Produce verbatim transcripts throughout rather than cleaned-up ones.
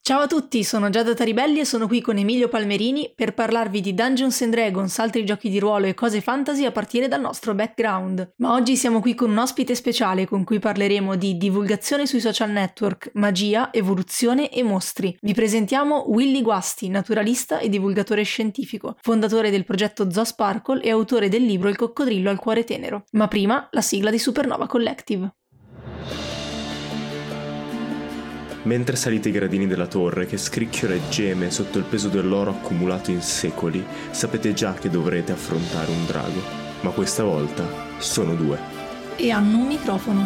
Ciao a tutti, sono Giada Taribelli e sono qui con Emilio Palmerini per parlarvi di Dungeons and Dragons, altri giochi di ruolo e cose fantasy a partire dal nostro background. Ma oggi siamo qui con un ospite speciale con cui parleremo di divulgazione sui social network, magia, evoluzione e mostri. Vi presentiamo Willy Guasti, naturalista e divulgatore scientifico, fondatore del progetto Zoosparkle e autore del libro Il coccodrillo al cuore tenero. Ma prima, la sigla di Supernova Collective. Mentre salite i gradini della torre che scricchiola e geme sotto il peso dell'oro accumulato in secoli, sapete già che dovrete affrontare un drago, ma questa volta sono due. E hanno un microfono.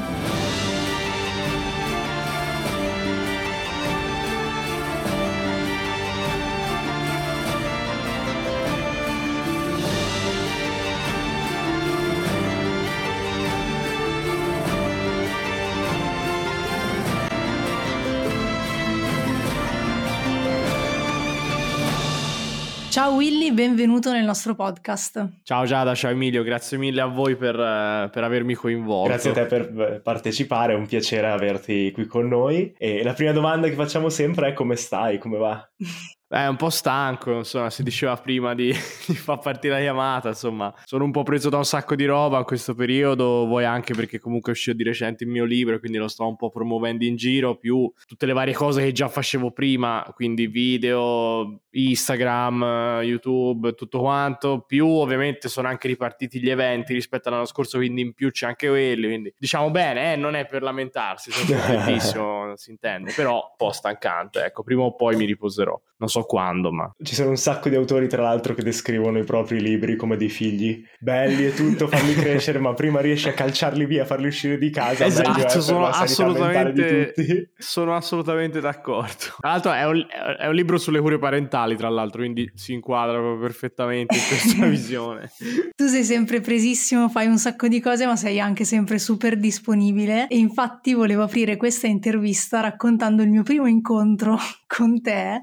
Ciao Willy, benvenuto nel nostro podcast. Ciao Giada, ciao Emilio, grazie mille a voi per, per avermi coinvolto. Grazie a te per partecipare, è un piacere averti qui con noi. E la prima domanda che facciamo sempre è: come stai, come va? È un po' stanco, insomma, si diceva prima di, di far partire la chiamata, insomma, sono un po' preso da un sacco di roba in questo periodo, voi anche perché comunque è uscito di recente il mio libro, quindi lo sto un po' promuovendo in giro, più tutte le varie cose che già facevo prima, quindi video, Instagram, YouTube, tutto quanto, più ovviamente sono anche ripartiti gli eventi rispetto all'anno scorso, quindi in più c'è anche quelli, quindi diciamo bene, eh, non è per lamentarsi, sono contentissimo, si intende, però un po' stancante, ecco, prima o poi mi riposerò. Non so quando, ma... Ci sono un sacco di autori, tra l'altro, che descrivono i propri libri come dei figli belli e tutto, farli crescere, ma prima riesci a calciarli via, a farli uscire di casa. Esatto, sono assolutamente, di tutti. Sono assolutamente d'accordo. Tra l'altro è un, è un libro sulle cure parentali, tra l'altro, quindi si inquadra proprio perfettamente in questa visione. Tu sei sempre presissimo, fai un sacco di cose, ma sei anche sempre super disponibile. E infatti volevo aprire questa intervista raccontando il mio primo incontro con te,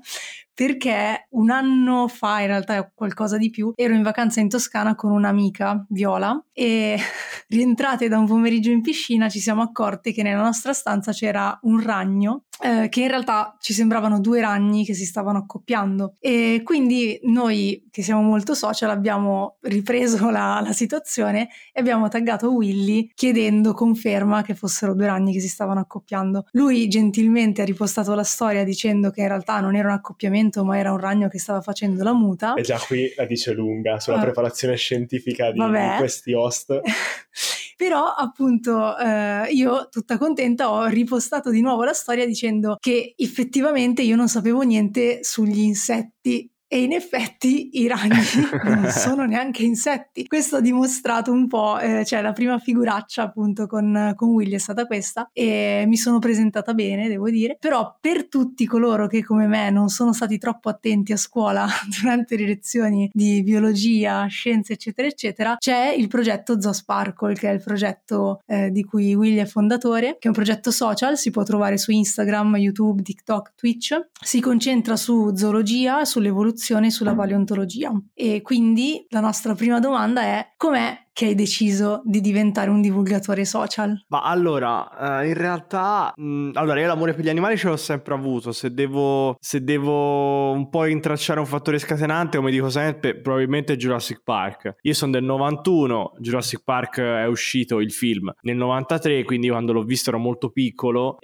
perché un anno fa, in realtà qualcosa di più, ero in vacanza in Toscana con un'amica, Viola, e rientrate da un pomeriggio in piscina ci siamo accorti che nella nostra stanza c'era un ragno, eh, che in realtà ci sembravano due ragni che si stavano accoppiando, e quindi noi, che siamo molto social, abbiamo ripreso la, la situazione e abbiamo taggato Willy chiedendo conferma che fossero due ragni che si stavano accoppiando. Lui gentilmente ha ripostato la storia dicendo che in realtà non era un accoppiamento, ma era un ragno che stava facendo la muta. E già qui la dice lunga sulla uh, preparazione scientifica di, di questi host. Però appunto eh, io, tutta contenta, ho ripostato di nuovo la storia dicendo che effettivamente io non sapevo niente sugli insetti. E in effetti i ragni non sono neanche insetti. Questo ha dimostrato un po', eh, cioè la prima figuraccia appunto con, con Willy è stata questa, e mi sono presentata bene, devo dire. Però per tutti coloro che come me non sono stati troppo attenti a scuola durante le lezioni di biologia, scienze eccetera eccetera, c'è il progetto Zoosparkle, che è il progetto eh, di cui Willy è fondatore, che è un progetto social, si può trovare su Instagram, YouTube, TikTok, Twitch. Si concentra su zoologia, sull'evoluzione, sulla paleontologia. E quindi la nostra prima domanda è: com'è che hai deciso di diventare un divulgatore social? Ma allora, eh, in realtà, mh, allora io l'amore per gli animali ce l'ho sempre avuto. Se devo, se devo un po' intracciare un fattore scatenante, come dico sempre, probabilmente Jurassic Park. Io sono del novantuno, Jurassic Park è uscito il film nel novantatré, quindi quando l'ho visto ero molto piccolo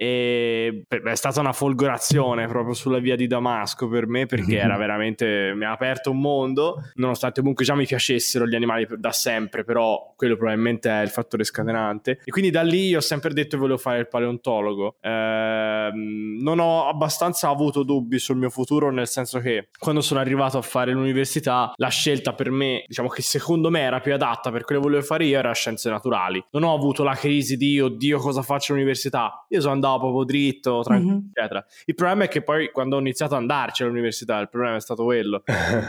e è stata una folgorazione proprio sulla via di Damasco per me, perché era veramente, mi ha aperto un mondo, nonostante comunque già mi piacessero gli animali da sempre, però quello probabilmente è il fattore scatenante. E quindi da lì io ho sempre detto che volevo fare il paleontologo. Eh, non ho abbastanza avuto dubbi sul mio futuro, nel senso che quando sono arrivato a fare l'università la scelta per me, diciamo che secondo me era più adatta per quello che volevo fare io, era scienze naturali. Non ho avuto la crisi di oddio cosa faccio all'università, io sono andato proprio dritto, tranquillo, mm-hmm. eccetera. Il problema è che poi quando ho iniziato ad andarci all'università, il problema è stato quello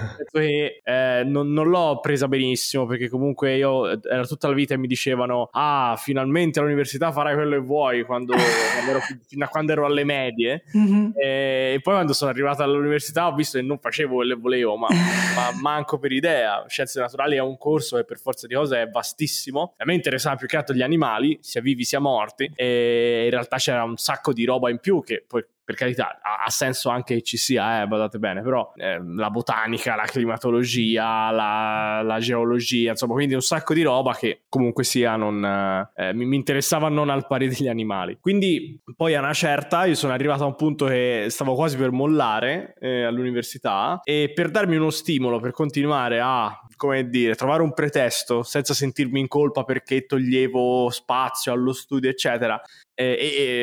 che eh, non, non l'ho presa benissimo, perché comunque io era tutta la vita e mi dicevano ah finalmente all'università farai quello che vuoi, quando, quando ero, fino a quando ero alle medie, mm-hmm. e poi quando sono arrivato all'università ho visto che non facevo quello che volevo, ma, ma manco per idea. Scienze naturali è un corso che per forza di cose è vastissimo. A me interessava più che altro gli animali, sia vivi sia morti, e in realtà c'era un sacco di roba in più che poi per carità ha, ha senso anche che ci sia, eh, badate bene, però eh, la botanica, la climatologia, la, la geologia, insomma, quindi un sacco di roba che comunque sia non eh, mi, mi interessava non al pari degli animali. Quindi poi a una certa io sono arrivato a un punto che stavo quasi per mollare eh, all'università, e per darmi uno stimolo per continuare a, come dire, trovare un pretesto senza sentirmi in colpa perché toglievo spazio allo studio eccetera, e,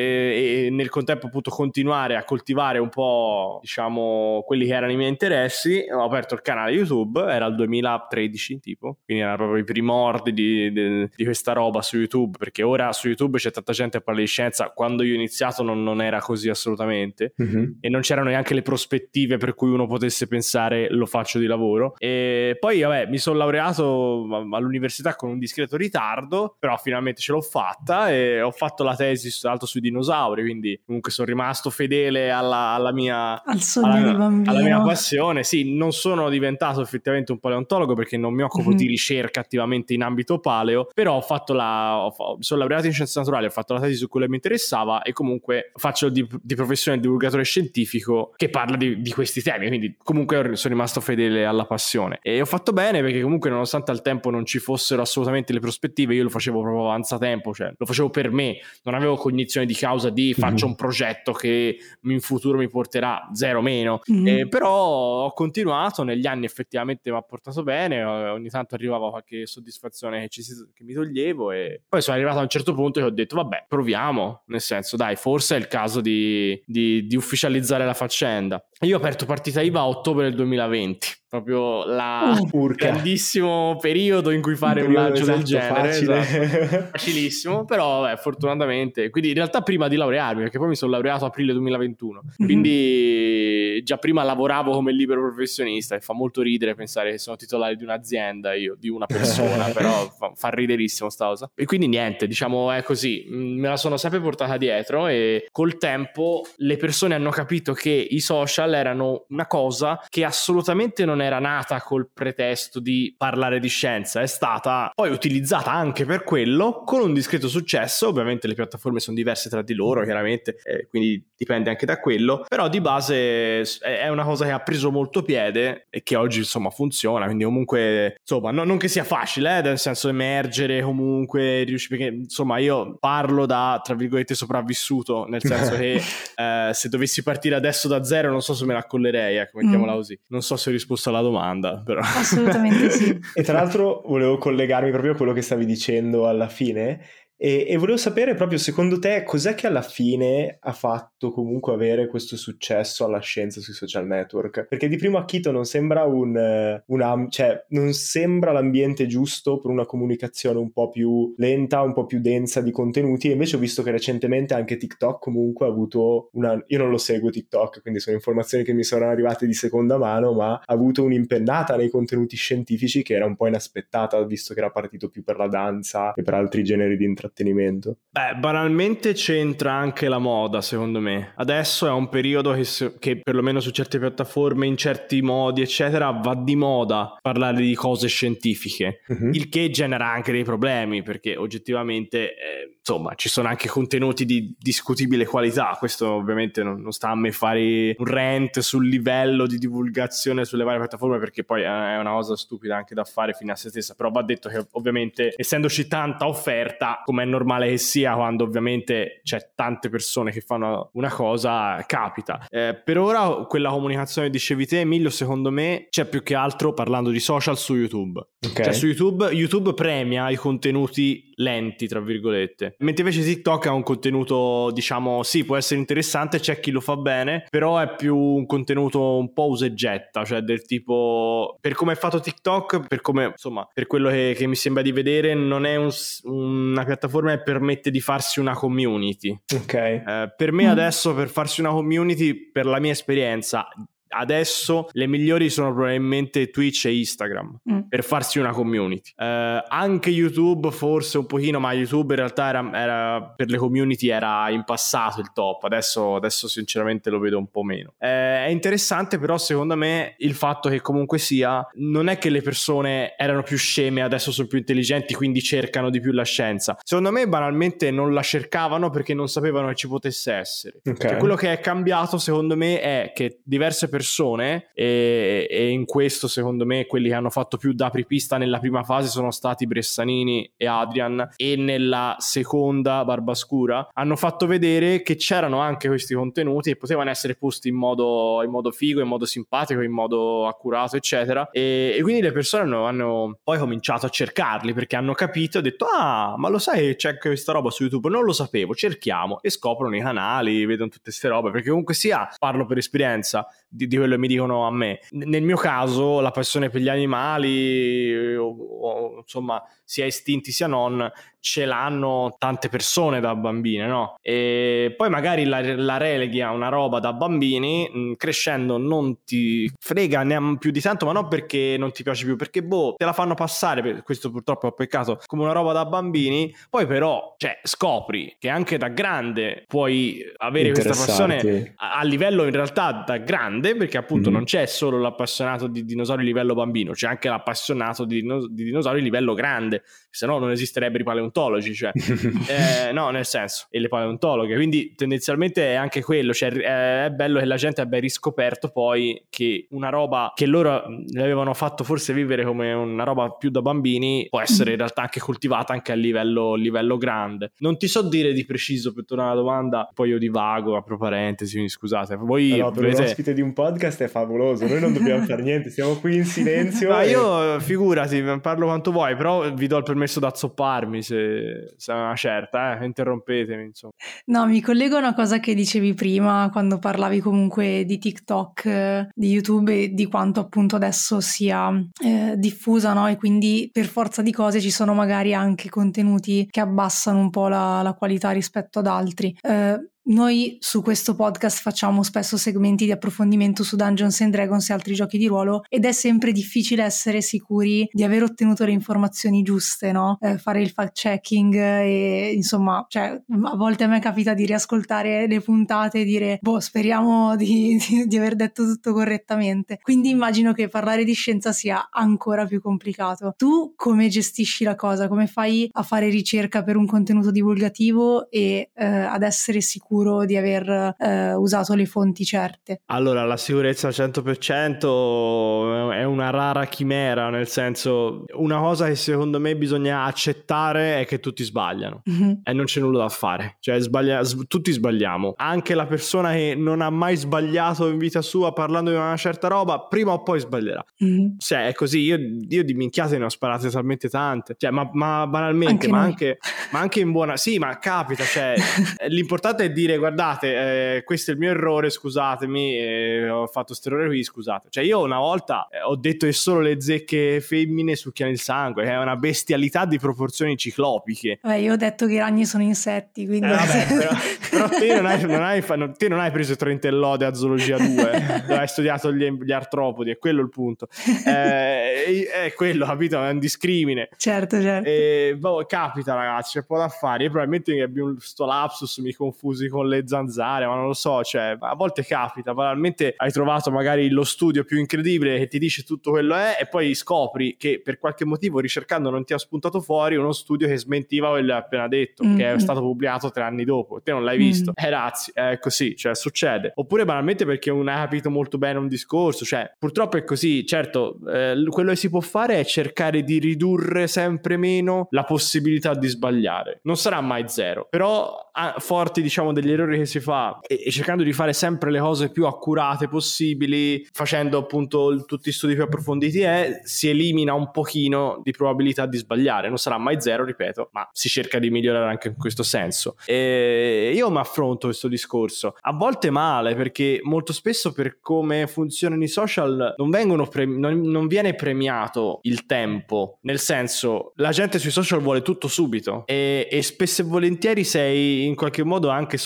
e, e nel contempo appunto continuare a coltivare un po', diciamo, quelli che erano i miei interessi, ho aperto il canale YouTube. Era il duemilatredici tipo, quindi era proprio i primordi di, di, di questa roba su YouTube, perché ora su YouTube c'è tanta gente che parla di scienza, quando io ho iniziato non, non era così assolutamente, mm-hmm. e non c'erano neanche le prospettive per cui uno potesse pensare lo faccio di lavoro. E poi vabbè, mi sono laureato all'università con un discreto ritardo, però finalmente ce l'ho fatta e ho fatto la tesi tra l'altro sui dinosauri, quindi comunque sono rimasto fedele alla, alla mia al sogno alla, di bambino, alla mia passione. Sì, non sono diventato effettivamente un paleontologo perché non mi occupo mm-hmm. di ricerca attivamente in ambito paleo, però ho fatto la ho, sono laureato in scienze naturali, ho fatto la tesi su quello che mi interessava e comunque faccio di, di professione il divulgatore scientifico che parla di, di questi temi, quindi comunque sono rimasto fedele alla passione e ho fatto bene, perché comunque nonostante al tempo non ci fossero assolutamente le prospettive, io lo facevo proprio avanzatempo, cioè lo facevo per me, non avevo cognizione di causa di faccio mm-hmm. un progetto che in futuro mi porterà zero meno, mm-hmm. eh, però ho continuato, negli anni effettivamente mi ha portato bene, ogni tanto arrivava qualche soddisfazione che, ci si, che mi toglievo, e poi sono arrivato a un certo punto che ho detto vabbè, proviamo, nel senso dai, forse è il caso di, di, di ufficializzare la faccenda. Io ho aperto partita I V A a ottobre del duemilaventi, proprio la uh, grandissimo periodo in cui fare un, un lancio esatto, del genere, facile. Esatto. Facilissimo, però beh, fortunatamente, quindi in realtà prima di laurearmi, perché poi mi sono laureato aprile duemilaventuno, mm-hmm. quindi già prima lavoravo come libero professionista, e fa molto ridere pensare che sono titolare di un'azienda io, di una persona, però fa, fa riderissimo sta cosa. E quindi niente, diciamo è così, me la sono sempre portata dietro e col tempo le persone hanno capito che i social erano una cosa che assolutamente non era nata col pretesto di parlare di scienza, è stata poi utilizzata anche per quello, con un discreto successo. Ovviamente le piattaforme sono diverse tra di loro, chiaramente, eh, quindi dipende anche da quello, però di base è una cosa che ha preso molto piede e che oggi insomma funziona, quindi comunque insomma no, non che sia facile, eh, nel senso emergere comunque, riuscire, perché insomma io parlo da tra virgolette sopravvissuto, nel senso che eh, se dovessi partire adesso da zero non so se me la accollerei, ecco, mettiamola mm. così. Non so se ho risposto alla domanda, però assolutamente sì. E tra l'altro volevo collegarmi proprio a quello che stavi dicendo alla fine, e, e volevo sapere proprio secondo te cos'è che alla fine ha fatto comunque avere questo successo alla scienza sui social network, perché di primo acchito non sembra un una, cioè non sembra l'ambiente giusto per una comunicazione un po' più lenta, un po' più densa di contenuti, e invece ho visto che recentemente anche TikTok comunque ha avuto una, io non lo seguo TikTok, quindi sono informazioni che mi sono arrivate di seconda mano, ma ha avuto un'impennata nei contenuti scientifici che era un po' inaspettata, visto che era partito più per la danza e per altri generi di intrattenimento. Beh, banalmente c'entra anche la moda, secondo me. Adesso è un periodo che, che perlomeno su certe piattaforme, in certi modi eccetera, va di moda parlare di cose scientifiche, uh-huh. il che genera anche dei problemi, perché oggettivamente eh, insomma ci sono anche contenuti di discutibile qualità. Questo ovviamente non, non sta a me fare un rant sul livello di divulgazione sulle varie piattaforme, perché poi è una cosa stupida anche da fare fino a se stessa, però va detto che ovviamente essendoci tanta offerta, come è normale che sia, quando ovviamente c'è tante persone che fanno una cosa, capita. Eh, per ora quella comunicazione che dicevi te, Emilio, secondo me c'è più che altro parlando di social su YouTube. Okay. Cioè su YouTube, YouTube premia i contenuti lenti, tra virgolette, mentre invece TikTok ha un contenuto, diciamo, sì, può essere interessante, c'è chi lo fa bene, però è più un contenuto un po' usa e getta, cioè del tipo, per come è fatto TikTok, per come, insomma, per quello che, che mi sembra di vedere, non è un, una piattaforma che permette di farsi una community. Ok. Eh, per me adesso, per farsi una community, per la mia esperienza, adesso le migliori sono probabilmente Twitch e Instagram mm. per farsi una community. Eh, anche YouTube forse un pochino, ma YouTube in realtà era, era per le community era in passato il top, adesso, adesso sinceramente lo vedo un po' meno. Eh, è interessante però secondo me il fatto che comunque sia, non è che le persone erano più sceme, adesso sono più intelligenti, quindi cercano di più la scienza. Secondo me banalmente non la cercavano perché non sapevano che ci potesse essere. Okay. Cioè, quello che è cambiato secondo me è che diverse persone, e, e in questo secondo me quelli che hanno fatto più da apripista nella prima fase sono stati Bressanini e Adrian, e nella seconda Barbascura hanno fatto vedere che c'erano anche questi contenuti e potevano essere posti in modo, in modo figo, in modo simpatico, in modo accurato eccetera, e, e quindi le persone hanno, hanno poi cominciato a cercarli perché hanno capito e detto ah ma lo sai c'è anche questa roba su YouTube, non lo sapevo, cerchiamo, e scoprono i canali, vedono tutte queste robe, perché comunque sia, parlo per esperienza di, di quello che mi dicono a me. Nel mio caso la passione per gli animali o, o insomma sia istinti sia non ce l'hanno tante persone da bambine, no? E poi magari la, la releghi a una roba da bambini, mh, crescendo non ti frega neanche più di tanto, ma non perché non ti piace più, perché boh, te la fanno passare, per questo purtroppo è un peccato, come una roba da bambini. Poi però, cioè, scopri che anche da grande puoi avere questa passione a, a livello in realtà da grande, perché appunto mm-hmm. non c'è solo l'appassionato di dinosauri livello bambino, c'è anche l'appassionato di, di dinosauri livello grande, se no non esisterebbero i paleontologi, cioè eh, no, nel senso, e le paleontologhe, quindi tendenzialmente è anche quello, cioè è bello che la gente abbia riscoperto poi che una roba che loro le avevano fatto forse vivere come una roba più da bambini può essere in realtà anche coltivata anche a livello, livello grande. Non ti so dire di preciso, per tornare alla domanda, poi io divago, apro parentesi, quindi scusate. Voi no, per vedete... un ospite di un podcast è favoloso, noi non dobbiamo fare niente, stiamo qui in silenzio. Ma e... io figurati, parlo quanto vuoi, però vi do il permesso da zopparmi se, se è una certa, eh, interrompetemi insomma. No, mi collego a una cosa che dicevi prima quando parlavi comunque di TikTok, di YouTube e di quanto appunto adesso sia eh, diffusa, no? E quindi per forza di cose ci sono magari anche contenuti che abbassano un po' la, la qualità rispetto ad altri. Eh, Noi su questo podcast facciamo spesso segmenti di approfondimento su Dungeons and Dragons e altri giochi di ruolo ed è sempre difficile essere sicuri di aver ottenuto le informazioni giuste, no? Eh, fare il fact checking e insomma, cioè a volte a me capita di riascoltare le puntate e dire boh, speriamo di, di, di aver detto tutto correttamente. Quindi immagino che parlare di scienza sia ancora più complicato. Tu come gestisci la cosa? Come fai a fare ricerca per un contenuto divulgativo e eh, ad essere sicuro di aver eh, usato le fonti certe? Allora, la sicurezza al cento per cento è una rara chimera, nel senso, una cosa che secondo me bisogna accettare è che tutti sbagliano mm-hmm. e non c'è nulla da fare, cioè sbaglia, s- tutti sbagliamo, anche la persona che non ha mai sbagliato in vita sua parlando di una certa roba prima o poi sbaglierà, mm-hmm. cioè è così. Io, io di minchiate ne ho sparate talmente tante, cioè ma, ma banalmente anche ma, anche, ma anche in buona, sì, ma capita, cioè l'importante è dire guardate eh, questo è il mio errore, scusatemi, eh, ho fatto questo errore qui, scusate. Cioè io una volta eh, ho detto che solo le zecche femmine succhiano il sangue, che è una bestialità di proporzioni ciclopiche. Beh, io ho detto che i ragni sono insetti, quindi eh, vabbè, però, però te, non hai, non hai, non, te non hai preso trenta lode a zoologia due, hai studiato gli, gli artropodi, è quello il punto, eh, è quello, capito, è un discrimine. Certo, certo. E, boh, capita ragazzi, c'è poco da fare. Io probabilmente mi abbia un sto lapsus, mi confusi con le zanzare, ma non lo so, cioè a volte capita, banalmente hai trovato magari lo studio più incredibile che ti dice tutto quello è e poi scopri che per qualche motivo ricercando non ti ha spuntato fuori uno studio che smentiva quello che hai appena detto, mm-hmm. che è stato pubblicato tre anni dopo, te non l'hai visto, mm-hmm. eh razzi, è così, cioè succede. Oppure banalmente perché non hai capito molto bene un discorso, cioè purtroppo è così. Certo, eh, quello che si può fare è cercare di ridurre sempre meno la possibilità di sbagliare, non sarà mai zero, però ah, forti diciamo degli errori che si fa e, e cercando di fare sempre le cose più accurate possibili, facendo appunto il, tutti gli studi più approfonditi, e si elimina un pochino di probabilità di sbagliare. Non sarà mai zero, ripeto, ma si cerca di migliorare anche in questo senso. E io mi affronto questo discorso a volte male, perché molto spesso per come funzionano i social non vengono pre- non, non viene premiato il tempo, nel senso la gente sui social vuole tutto subito e, e spesso e volentieri sei in qualche modo anche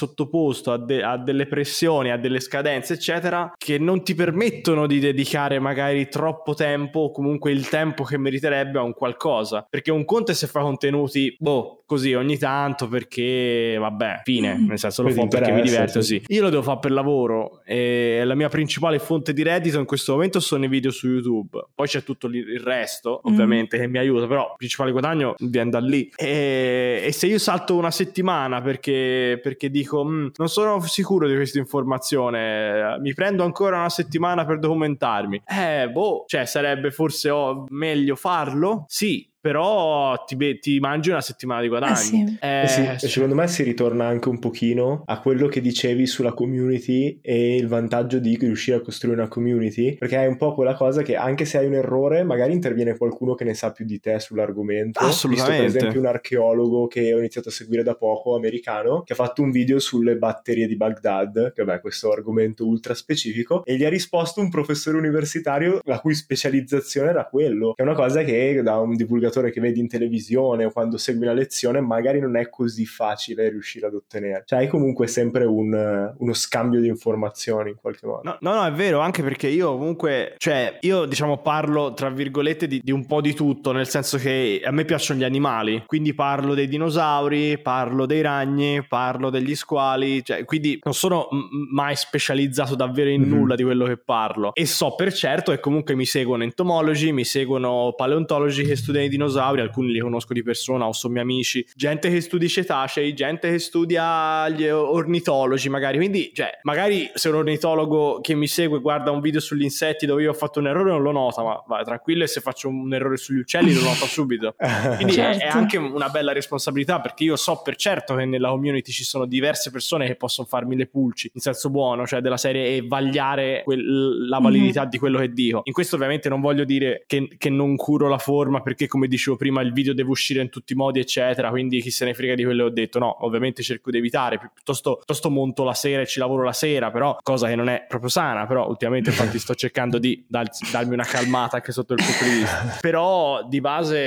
sottoposto a, de- a delle pressioni, a delle scadenze eccetera, che non ti permettono di dedicare magari troppo tempo o comunque il tempo che meriterebbe a un qualcosa, perché un conto è se fa contenuti boh così ogni tanto perché vabbè fine, nel senso lo fa perché mi diverto, sì. Io lo devo fare per lavoro e la mia principale fonte di reddito in questo momento sono i video su YouTube, poi c'è tutto il resto ovviamente mm. che mi aiuta, però il principale guadagno viene da lì e, e se io salto una settimana perché, perché dico non sono sicuro di questa informazione, mi prendo ancora una settimana per documentarmi, eh boh, cioè sarebbe forse oh, meglio farlo? Sì, però ti, be- ti mangi una settimana di guadagni. Eh sì. Eh, eh sì, cioè... e secondo me si ritorna anche un pochino a quello che dicevi sulla community e il vantaggio di riuscire a costruire una community, perché è un po' quella cosa che anche se hai un errore magari interviene qualcuno che ne sa più di te sull'argomento. Assolutamente. Visto per esempio un archeologo che ho iniziato a seguire da poco, americano, che ha fatto un video sulle batterie di Baghdad, che vabbè questo argomento ultra specifico, e gli ha risposto un professore universitario la cui specializzazione era quello, che è una cosa che da un divulgatore che vedi in televisione o quando segui una lezione magari non è così facile riuscire ad ottenere, cioè hai comunque sempre un, uno scambio di informazioni in qualche modo. No, no, no, è vero, anche perché io comunque, cioè io diciamo parlo tra virgolette di, di un po' di tutto, nel senso che a me piacciono gli animali, quindi parlo dei dinosauri, parlo dei ragni, parlo degli squali, cioè quindi non sono m- mai specializzato davvero in mm-hmm. nulla di quello che parlo, e so per certo che comunque mi seguono entomologi, mi seguono paleontologi che studiano i dinosauri, alcuni li conosco di persona o sono miei amici, gente che studia i cetacei, gente che studia gli ornitologi magari, quindi cioè magari se un ornitologo che mi segue guarda un video sugli insetti dove io ho fatto un errore non lo nota, ma vai tranquillo, e se faccio un errore sugli uccelli lo nota subito, quindi certo. è, è anche una bella responsabilità, perché io so per certo che nella community ci sono diverse persone che possono farmi le pulci in senso buono, cioè della serie, e vagliare quel, la validità mm-hmm. di quello che dico. In questo ovviamente non voglio dire che, che non curo la forma, perché come dicevo prima il video deve uscire in tutti i modi eccetera, quindi chi se ne frega di quello che ho detto, no, ovviamente cerco di evitare, piuttosto, piuttosto monto la sera e ci lavoro la sera, però cosa che non è proprio sana, però ultimamente infatti sto cercando di dar, darmi una calmata anche sotto il punto di vista, però di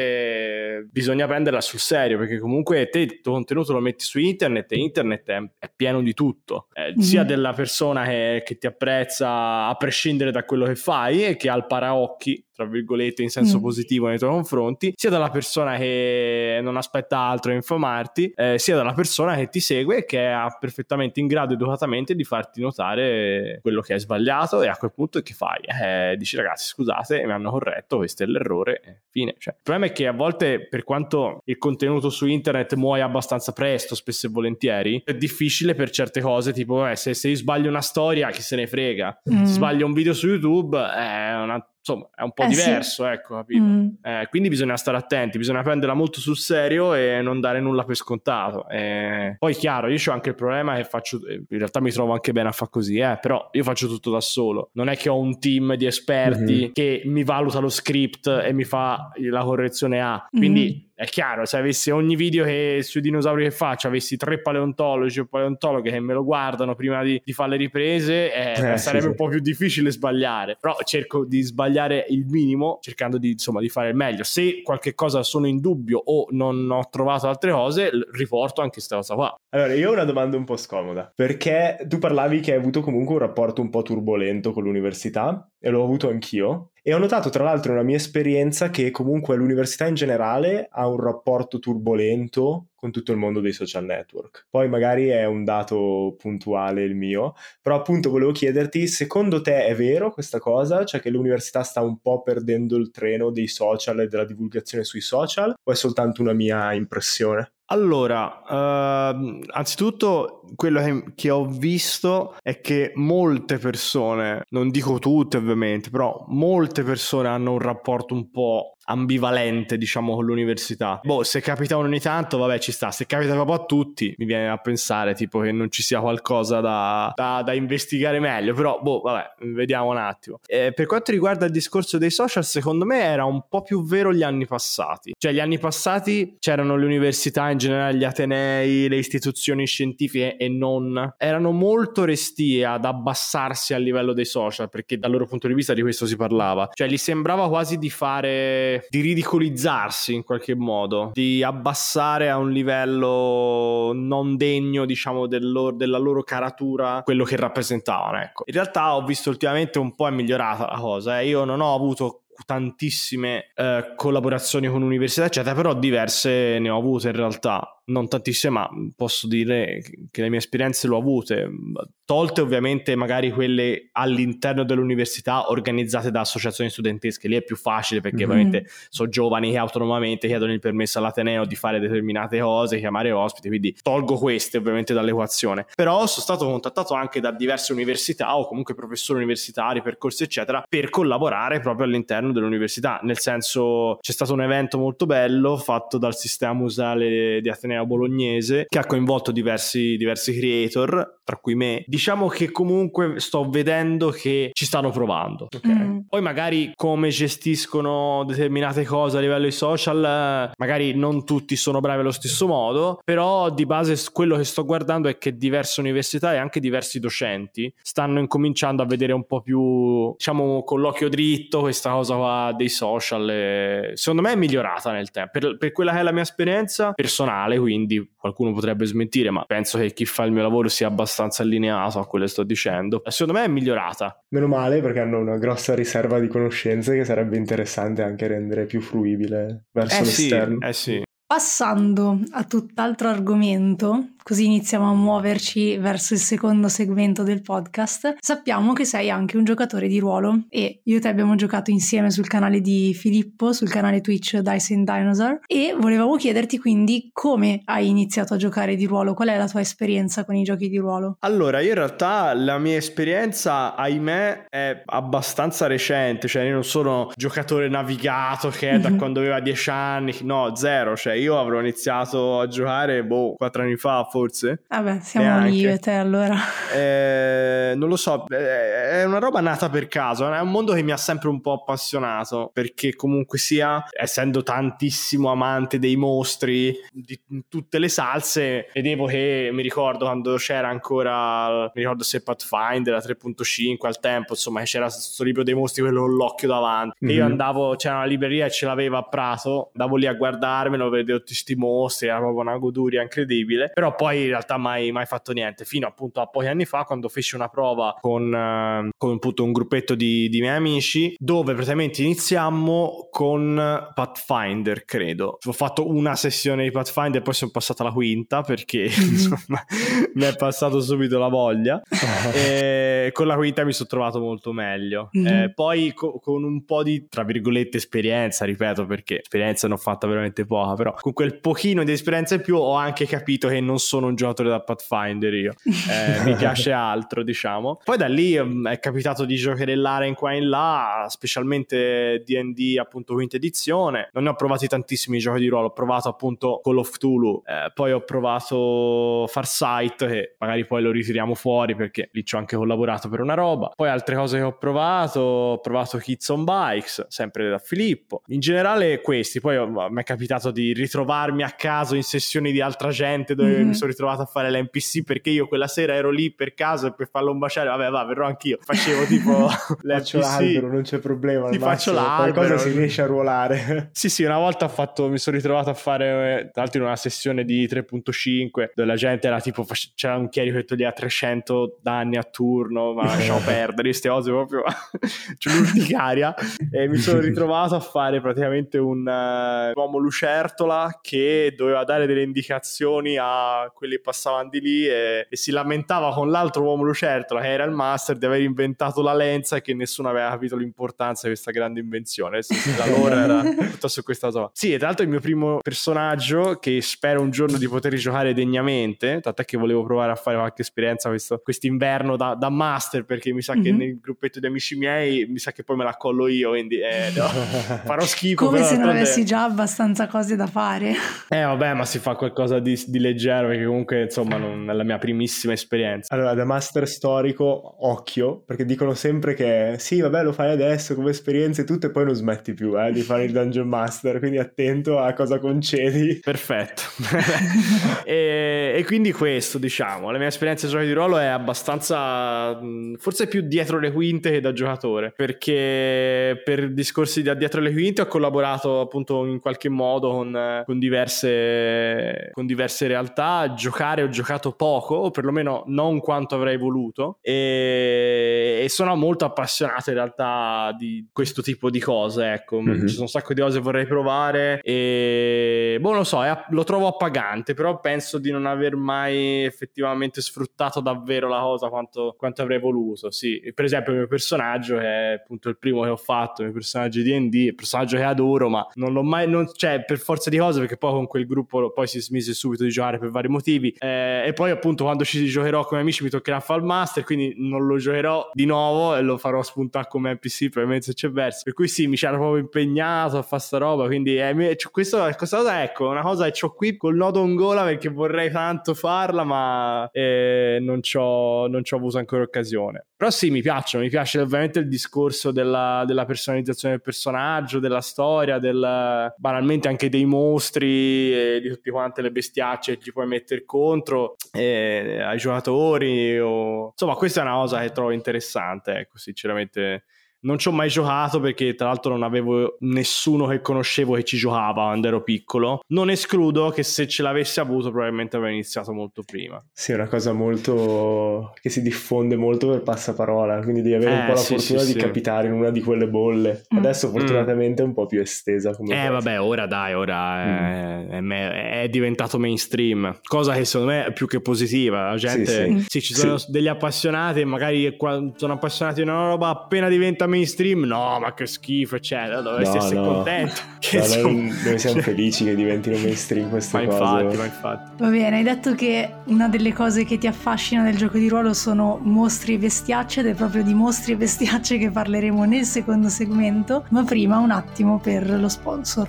base bisogna prenderla sul serio, perché comunque te il tuo contenuto lo metti su internet e internet è, è pieno di tutto, eh, mm-hmm. sia della persona che, che ti apprezza a prescindere da quello che fai e che ha il paraocchi tra virgolette in senso mm. positivo nei tuoi confronti, sia dalla persona che non aspetta altro a infamarti, eh, sia dalla persona che ti segue e che è perfettamente in grado educatamente di farti notare quello che hai sbagliato, e a quel punto che fai? Eh, dici ragazzi scusate, mi hanno corretto, questo è l'errore, eh, fine. Cioè, il problema è che a volte, per quanto il contenuto su internet muoia abbastanza presto, spesso e volentieri, è difficile per certe cose, tipo eh, se, se io sbaglio una storia chi se ne frega, mm. se sbaglio un video su YouTube è una insomma è un po' eh, diverso, sì. ecco, capito? Mm. Eh, quindi bisogna stare attenti, bisogna prenderla molto sul serio e non dare nulla per scontato. Eh, poi chiaro, io c'ho anche il problema che faccio, in realtà mi trovo anche bene a fare così, eh, però io faccio tutto da solo, non è che ho un team di esperti mm-hmm. che mi valuta lo script e mi fa la correzione A, quindi mm-hmm. è chiaro, se avessi ogni video che sui dinosauri che faccio avessi tre paleontologi o paleontologhe che me lo guardano prima di, di fare le riprese, eh, eh, sarebbe sì, un sì. po' più difficile sbagliare, però cerco di sbagliare il minimo, cercando di insomma di fare il meglio. Se qualche cosa sono in dubbio o non ho trovato altre cose, riporto anche questa cosa qua. Allora io ho una domanda un po' scomoda, perché tu parlavi che hai avuto comunque un rapporto un po' turbolento con l'università, e l'ho avuto anch'io, e ho notato tra l'altro nella mia esperienza che comunque l'università in generale ha un rapporto turbolento con tutto il mondo dei social network. Poi magari è un dato puntuale il mio, però appunto volevo chiederti, secondo te è vero questa cosa? Cioè che l'università sta un po' perdendo il treno dei social e della divulgazione sui social, o è soltanto una mia impressione? Allora, uh, anzitutto quello che, che ho visto è che molte persone, non dico tutte ovviamente, però molte persone hanno un rapporto un po' ambivalente, diciamo, con l'università. Boh, se capita ogni tanto, vabbè, ci sta. Se capita proprio a tutti, mi viene a pensare tipo che non ci sia qualcosa da, da, da investigare meglio, però boh, vabbè, vediamo un attimo. Eh, per quanto riguarda il discorso dei social, secondo me era un po' più vero gli anni passati. Cioè, gli anni passati c'erano le università, in generale gli atenei, le istituzioni scientifiche e non, erano molto restie ad abbassarsi a livello dei social, perché dal loro punto di vista di questo si parlava. Cioè, gli sembrava quasi di fare cercare di ridicolizzarsi in qualche modo, di abbassare a un livello non degno, diciamo, del loro, della loro caratura quello che rappresentavano, ecco. In realtà ho visto ultimamente un po' è migliorata la cosa, eh. Io non ho avuto tantissime eh, collaborazioni con università eccetera, però diverse ne ho avute in realtà, non tantissime, ma posso dire che le mie esperienze le ho avute, tolte ovviamente magari quelle all'interno dell'università organizzate da associazioni studentesche. Lì è più facile perché mm-hmm. ovviamente sono giovani che autonomamente chiedono il permesso all'Ateneo di fare determinate cose, chiamare ospiti, quindi tolgo queste ovviamente dall'equazione. Però sono stato contattato anche da diverse università o comunque professori universitari, percorsi eccetera, per collaborare proprio all'interno dell'università. Nel senso, c'è stato un evento molto bello fatto dal sistema museale di Ateneo bolognese che ha coinvolto diversi, diversi creator, tra cui me. Diciamo che comunque sto vedendo che ci stanno provando, okay? mm. Poi magari come gestiscono determinate cose a livello di social, magari non tutti sono bravi allo stesso modo, però di base quello che sto guardando è che diverse università e anche diversi docenti stanno incominciando a vedere un po' più, diciamo, con l'occhio dritto questa cosa qua dei social, e secondo me è migliorata nel tempo per, per quella che è la mia esperienza personale, quindi qualcuno potrebbe smentire, ma penso che chi fa il mio lavoro sia abbastanza allineato a quello che sto dicendo. Secondo me è migliorata. Meno male, perché hanno una grossa riserva di conoscenze che sarebbe interessante anche rendere più fruibile verso eh l'esterno. Sì, eh sì. Passando a tutt'altro argomento, così iniziamo a muoverci verso il secondo segmento del podcast. Sappiamo che sei anche un giocatore di ruolo e io e te abbiamo giocato insieme sul canale di Filippo, sul canale Twitch Dice and Dinosaur, e volevamo chiederti quindi come hai iniziato a giocare di ruolo, qual è la tua esperienza con i giochi di ruolo? Allora, io in realtà la mia esperienza, ahimè, è abbastanza recente, cioè io non sono giocatore navigato che è da mm-hmm. quando aveva dieci anni, no, zero, cioè io avrò iniziato a giocare boh quattro anni fa forse. Vabbè, siamo lì io e te allora. Eh, non lo so, è una roba nata per caso, è un mondo che mi ha sempre un po' appassionato, perché comunque sia, essendo tantissimo amante dei mostri di tutte le salse, vedevo che, mi ricordo quando c'era ancora, mi ricordo se Pathfinder la tre punto cinque al tempo, insomma, che c'era questo libro dei mostri, quello con l'occhio davanti, mm-hmm. e io andavo, c'era una libreria e ce l'aveva a Prato, andavo lì a guardarmelo, vedevo tutti sti mostri, era proprio una goduria incredibile, però poi in realtà mai, mai fatto niente, fino appunto a pochi anni fa quando feci una prova con, uh, con appunto un gruppetto di, di miei amici, dove praticamente iniziammo con Pathfinder, credo. Ho fatto una sessione di Pathfinder e poi sono passata alla quinta perché mm-hmm. insomma mi è passato subito la voglia e con la quinta mi sono trovato molto meglio. Mm-hmm. Eh, poi co- con un po' di, tra virgolette, esperienza, ripeto, perché esperienza ne ho fatta veramente poca, però con quel pochino di esperienza in più ho anche capito che non sono un giocatore da Pathfinder io, eh, mi piace altro, diciamo. Poi da lì um, è capitato di giocherellare in qua e in là, specialmente D and D appunto quinta edizione. Non ne ho provati tantissimi giochi di ruolo, ho provato appunto Call of Cthulhu, eh, poi ho provato Farsight, che magari poi lo ritiriamo fuori perché lì ci ho anche collaborato per una roba. Poi altre cose che ho provato, ho provato Kids on Bikes, sempre da Filippo. In generale questi, poi oh, mi è capitato di ritrovarmi a caso in sessioni di altra gente dove mm-hmm. mi sono ritrovato a fare l'N P C perché io quella sera ero lì per caso e per farlo un baciare, vabbè va, verrò anch'io, facevo tipo l'N P C. Faccio l'albero, non c'è problema, ti faccio l'albero, qualcosa si riesce a ruolare. Sì sì, una volta ho fatto, mi sono ritrovato a fare tra l'altro in una sessione di tre punto cinque dove la gente era tipo, c'era un chierico che toglieva trecento danni a turno, ma lasciamo perdere queste cose proprio c'è l'urticaria, e mi sono ritrovato a fare praticamente un uh, uomo lucertola che doveva dare delle indicazioni a quelli che passavano di lì e, e si lamentava con l'altro uomo lucertola che era il master di aver inventato la lenza e che nessuno aveva capito l'importanza di questa grande invenzione. La loro era tutta su questa cosa. Sì, e tra l'altro il mio primo personaggio che spero un giorno di poter giocare degnamente, tant'è che volevo provare a fare qualche esperienza questo quest'inverno da, da master, perché mi sa mm-hmm. che nel gruppetto di amici miei mi sa che poi me la collo io, quindi eh, no, farò schifo. Come però se non avessi già abbastanza cose da fare. fare. Eh vabbè, ma si fa qualcosa di, di leggero, perché comunque insomma non è la mia primissima esperienza. Allora, da master storico, occhio, perché dicono sempre che sì, vabbè, lo fai adesso come esperienza e tutto, e poi non smetti più eh, di fare il Dungeon Master, quindi attento a cosa concedi. Perfetto. e, e quindi questo, diciamo, la mia esperienza di giochi di ruolo è abbastanza, forse più dietro le quinte che da giocatore, perché per discorsi da dietro le quinte ho collaborato appunto in qualche modo con, con diverse con diverse realtà. Giocare ho giocato poco, o perlomeno non quanto avrei voluto, e, e sono molto appassionato in realtà di questo tipo di cose, ecco. Mm-hmm. Ci sono un sacco di cose che vorrei provare e boh, non lo so, è, lo trovo appagante, però penso di non aver mai effettivamente sfruttato davvero la cosa quanto, quanto avrei voluto. Sì, per esempio il mio personaggio, che è appunto il primo che ho fatto, il mio personaggio di D and D, il personaggio che adoro, ma non l'ho mai, non, cioè per forza di cose, perché poi con quel gruppo poi si smise subito di giocare per vari motivi, eh, e poi appunto quando ci giocherò come amici mi toccherà fare il master, quindi non lo giocherò di nuovo e lo farò spuntare come N P C probabilmente se c'è verso, per cui sì, mi c'ero proprio impegnato a fare sta roba, quindi eh, questo, questa cosa, ecco, una cosa che ho qui col nodo in gola, perché vorrei tanto farla, ma eh, non c'ho non c'ho avuto ancora occasione. Però sì, mi piacciono, mi piace ovviamente il discorso della, della personalizzazione del personaggio, della storia, del, banalmente anche dei mostri e di tutte quante le bestiacce che ci puoi mettere contro eh, ai giocatori, o... insomma questa è una cosa che trovo interessante, ecco, sinceramente. Non ci ho mai giocato perché tra l'altro non avevo nessuno che conoscevo che ci giocava quando ero piccolo. Non escludo che se ce l'avessi avuto probabilmente avrei iniziato molto prima. Sì, è una cosa molto che si diffonde molto per passaparola, quindi devi avere eh, un po' la sì, fortuna sì, di sì. capitare in una di quelle bolle. Mm. Adesso fortunatamente mm. è un po' più estesa come Eh cosa. Vabbè, ora dai, ora mm. è, è, è diventato mainstream, cosa che secondo me è più che positiva. La gente, sì, sì. sì ci sono sì. degli appassionati, magari sono appassionati di una roba, appena diventa mainstream, no, ma che schifo, eccetera, dovresti no, essere no. contento che no, noi, noi siamo felici che diventino mainstream queste ma cose. Infatti, ma infatti. Va bene, hai detto che una delle cose che ti affascina del gioco di ruolo sono mostri e bestiacce, ed è proprio di mostri e bestiacce che parleremo nel secondo segmento, ma prima un attimo per lo sponsor.